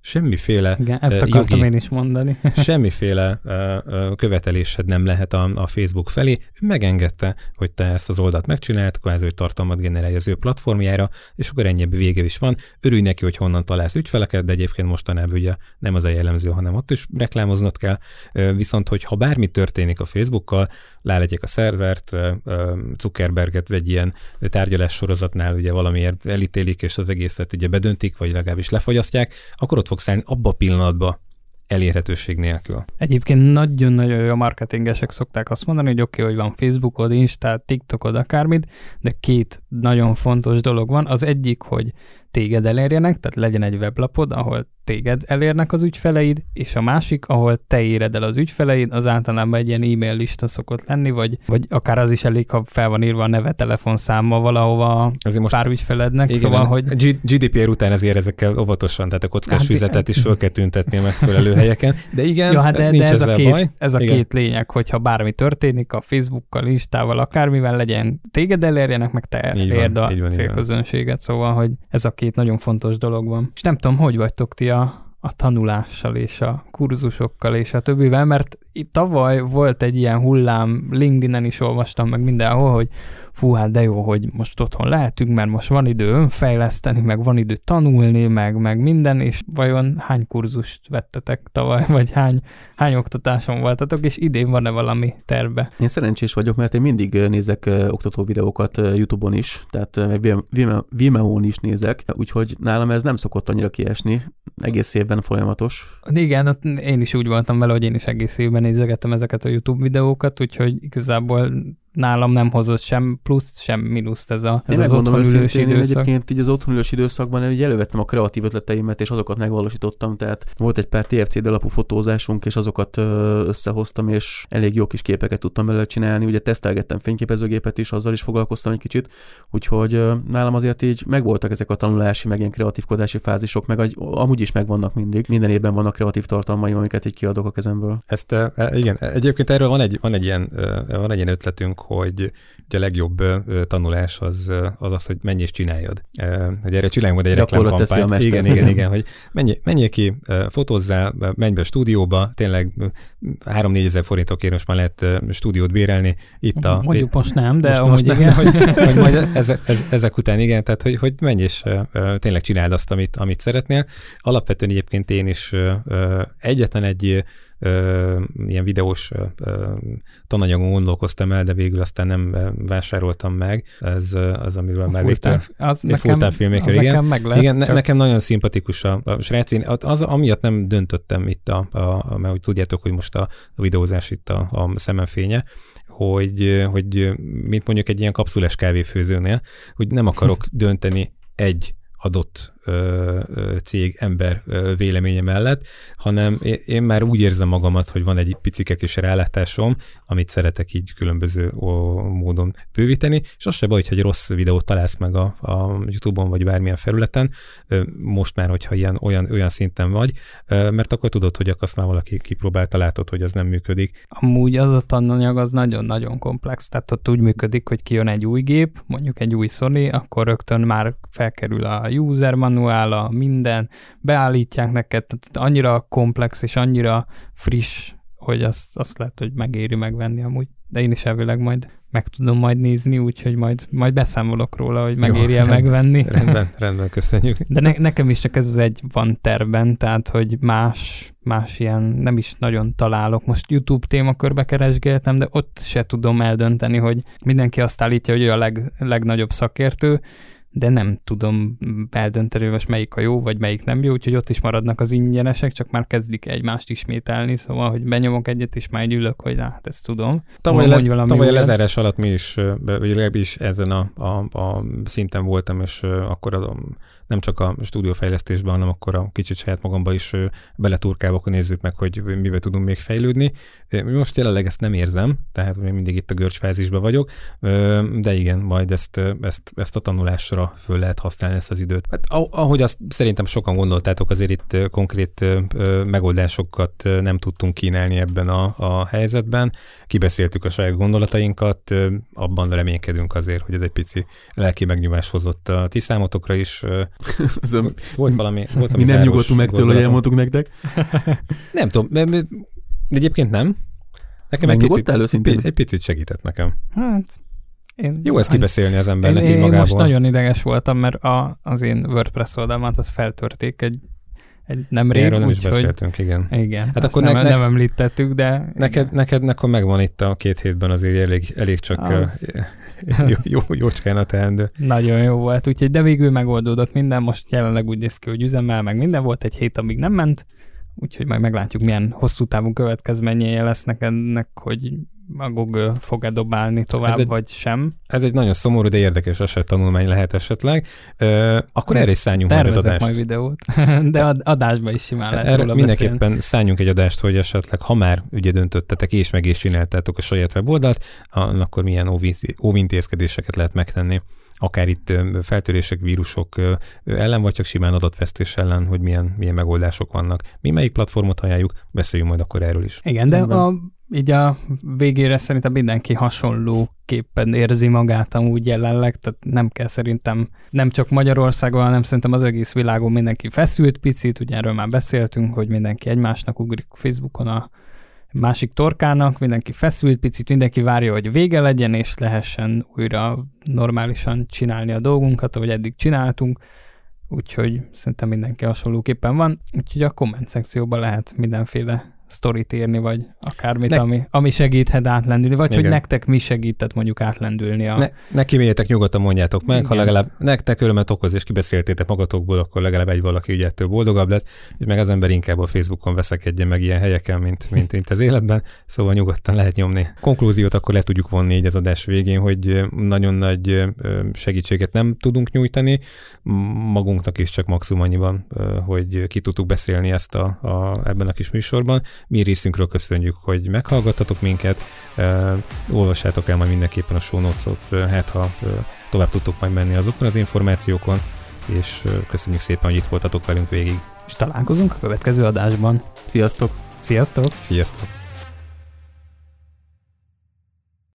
semmiféle Igen, ezt akartam jogi, én is mondani. semmiféle uh, követelésed nem lehet a, a Facebook felé. Ő megengedte, hogy te ezt az oldalt megcsináld, kvázi, hogy tartalmat generálj az ő platformjára, és akkor ennyi vége is van. Örülj neki, hogy honnan találsz ügyfeleket, de egyébként mostanában ugye nem az a jellemző, hanem ott is reklámoznod kell. Viszont, hogy ha bármi történik a Facebookkal, lálegyek a szervert, Zuckerberget egy ilyen tárgyalás sorozatnál ugye valamiért elítélik, és az egészet ugye bedöntik, vagy legalábbis lefagyasztják, akkor ott fogsz állni abba a pillanatba elérhetőség nélkül. Egyébként nagyon-nagyon jó marketingesek szokták azt mondani, hogy oké, okay, hogy van Facebookod, Insta, TikTokod, akármit, de két nagyon fontos dolog van. Az egyik, hogy téged elérjenek, tehát legyen egy weblapod, ahol téged elérnek az ügyfeleid, és a másik, ahol te éred el az ügyfeleid, az általában egy ilyen e-mail lista szokott lenni, vagy, vagy akár az is elég, ha fel van írva a neve, telefonszáma valahova most pár ügyfelednek, igen, szóval, hogy... gé dé pé er után azért ezekkel óvatosan, tehát a kockás hát, füzetet is föl kell tüntetni a megfelelő helyeken, de igen, ja, hát de, nincs de ez, a két, baj. ez a két lényeg, hogyha bármi történik, a Facebookkal, Instával, akármivel legyen, téged elérjenek, meg te érd a célközönséget, szóval, hogy ez a két nagyon fontos dolog van. És nem tudom, hogy vagytok ti a, a tanulással és a kurzusokkal és a többivel, mert itt tavaly volt egy ilyen hullám, LinkedIn-en is olvastam meg mindenhol, hogy fú, hát de jó, hogy most otthon lehetünk, mert most van idő önfejleszteni, meg van idő tanulni, meg, meg minden, és vajon hány kurzust vettetek tavaly, vagy hány, hány oktatáson voltatok, és idén van-e valami terve? Én szerencsés vagyok, mert én mindig nézek uh, oktató videókat uh, YouTube-on is, tehát uh, Vimeo-n is nézek, úgyhogy nálam ez nem szokott annyira kiesni, egész évben folyamatos. Igen, én is úgy voltam vele, hogy én is egész évben nézegettem ezeket a YouTube videókat, úgyhogy igazából nálam nem hozott sem plusz, sem mínuszt ez, a, ez az otthonülős időszak. Egyébként így az otthonülős időszakban így elővettem a kreatív ötleteimet, és azokat megvalósítottam, tehát volt egy pár té ef cé dé alapú fotózásunk, és azokat összehoztam, és elég jó kis képeket tudtam belőle csinálni. Ugye tesztelgettem fényképezőgépet is, azzal is foglalkoztam egy kicsit, úgyhogy nálam azért így megvoltak ezek a tanulási, meg ilyen kreatívkodási fázisok, meg amúgy is megvannak mindig. Minden évben vannak kreatív tartalmaim, amiket így kiadok a kezemből. Ezt igen, egyébként erről van egy, van egy ilyen, van egy ilyen ötletünk, hogy a legjobb tanulás az, az az, hogy menj és csináljad. Hogy erre csináljunk egy reklámkampányt. Igen, igen, igen, hogy menj, menjél ki, fotózzál, menj be a stúdióba, tényleg három-négyezer forintokért most már lehet stúdiót bérelni. Itt a, Mondjuk most nem, de most, most igen. Nem, hogy, hogy majd ezek, ezek után igen, tehát hogy, hogy menj és tényleg csináld azt, amit, amit szeretnél. Alapvetően egyébként én is egyetlen egy Ö, ilyen videós ö, tananyagon gondolkoztam el, de végül aztán nem vásároltam meg. Ez az, amiről már végtelen. Az nekem, filmmaker, az igen. nekem meg lesz. Igen, ne, nekem nagyon szimpatikus a, a srác. Én az, amiatt nem döntöttem itt, a, a, a, mert hogy tudjátok, hogy most a, a videózás itt a, a szemem fénye, hogy, hogy mint mondjuk egy ilyen kapszulás kávéfőzőnél, hogy nem akarok dönteni egy adott ö, ö, cég, ember ö, véleménye mellett, hanem én, én már úgy érzem magamat, hogy van egy picike kis rálátásom, amit szeretek így különböző ó, módon bővíteni, és az se baj, hogy egy rossz videót találsz meg a, a YouTube-on, vagy bármilyen felületen, ö, most már, hogyha ilyen, olyan, olyan szinten vagy, ö, mert akkor tudod, hogy azt már valaki kipróbálta, látod, hogy az nem működik. Amúgy az a tananyag az nagyon-nagyon komplex, tehát ott úgy működik, hogy kijön egy új gép, mondjuk egy új Sony, akkor rögtön már felkerül a user manuál, a minden, beállítják neked, tehát annyira komplex és annyira friss, hogy azt, azt lehet, hogy megéri megvenni amúgy. De én is elvileg majd meg tudom majd nézni, úgyhogy majd, majd beszámolok róla, hogy megéri-e megvenni. Rendben, rendben, köszönjük. De ne, nekem is csak ez az egy van terben, tehát, hogy más, más ilyen nem is nagyon találok. Most YouTube témakörbe keresgéltem, de ott se tudom eldönteni, hogy mindenki azt állítja, hogy ő a leg, legnagyobb szakértő, de nem tudom eldönteni, hogy most melyik a jó, vagy melyik nem jó, úgyhogy ott is maradnak az ingyenesek, csak már kezdik egymást ismételni, szóval, hogy benyomok egyet, és már ülök, hogy hát ezt tudom. Tavaly, le, tavaly a lezárás alatt mi is, vagy legalábbis ezen a, a, a szinten voltam, és akkor a, nem csak a stúdiófejlesztésben, hanem akkor a kicsit saját magamba is beleturkálva, akkor nézzük meg, hogy miben tudunk még fejlődni. Most jelenleg ezt nem érzem, tehát még mindig itt a görcsfázisban vagyok, de igen, majd ezt, ezt, ezt a tanulásra föl lehet használni ezt az időt. Hát, ahogy azt szerintem sokan gondoltátok, azért itt konkrét megoldásokat nem tudtunk kínálni ebben a, a helyzetben. Kibeszéltük a saját gondolatainkat, abban reménykedünk azért, hogy ez egy pici lelki megnyomás hozott a ti számotokra is. volt valami... Volt mi nem nyugodtunk meg tőle, hogy elmondtuk nektek. Nem tudom, de egyébként nem. Nekem egy picit, előszintén? egy picit segített nekem. Hát... Én, Jó ezt kibeszélni az embernek én, így magából. Én most nagyon ideges voltam, mert a, az én WordPress oldalmat azt feltörték egy, egy nemrég. Erről nem úgy, is beszéltünk, hogy, igen. Igen, hát akkor nem, ne, nem említettük, de... Neked, neked akkor megvan itt a két hétben azért elég, elég csak az... jó, jó, jócskán a teendő. Nagyon jó volt, úgyhogy de végül megoldódott minden, most jelenleg úgy néz ki, hogy üzemmel, meg minden volt, egy hét, amíg nem ment, úgyhogy majd meglátjuk, milyen hosszú távú következményei lesznek ennek, hogy a Google fog-e dobálni tovább, egy, vagy sem. Ez egy nagyon szomorú, de érdekes esettanulmány lehet esetleg. Uh, akkor erre is szálljunk majd adást. Tervezek majd videót, de adásba is simán lehet erre róla mindenképpen beszélni. szálljunk egy adást, hogy esetleg, ha már ugye döntöttetek, és meg is csináltátok a saját weboldalt, akkor milyen óvintézkedéseket lehet megtenni. Akár itt feltörések, vírusok ellen, vagy csak simán adatvesztés ellen, hogy milyen, milyen megoldások vannak. Mi melyik platformot ajánljuk, beszéljünk majd akkor erről is. Igen, de a, így a végére szerintem mindenki hasonlóképpen érzi magát amúgy jelenleg, tehát nem kell szerintem, nem csak Magyarországon, hanem szerintem az egész világon mindenki feszült picit, ugye erről már beszéltünk, hogy mindenki egymásnak ugrik Facebookon a másik torkának, mindenki feszült picit, mindenki várja, hogy vége legyen, és lehessen újra normálisan csinálni a dolgunkat, ahogy eddig csináltunk, úgyhogy szerintem mindenki hasonlóképpen van, úgyhogy a komment szekcióban lehet mindenféle sztorit írni, vagy akármit, ne, ami, ami segíthet átlendülni, vagy igen. Hogy nektek mi segített mondjuk átlendülni a... Ne, ne kiméljetek, nyugodtan mondjátok meg, igen. Ha legalább nektek örömet okoz, és kibeszéltétek magatokból, akkor legalább egy valaki ugye ettől boldogabb lett, hogy meg az ember inkább a Facebookon veszekedjen meg ilyen helyeken, mint, mint, mint az életben, szóval nyugodtan lehet nyomni. Konklúziót akkor le tudjuk vonni így az adás végén, hogy nagyon nagy segítséget nem tudunk nyújtani, magunknak is csak maximum annyiban, hogy ki tudtuk beszélni ezt a, a, ebben a kis műsorban. Mi részünkről köszönjük, hogy meghallgattatok minket, uh, olvassátok el majd mindenképpen a show notes-ot, hát ha uh, tovább tudtok majd menni azokon az információkon, és uh, köszönjük szépen, hogy itt voltatok velünk végig. És találkozunk a következő adásban. Sziasztok! Sziasztok! Sziasztok!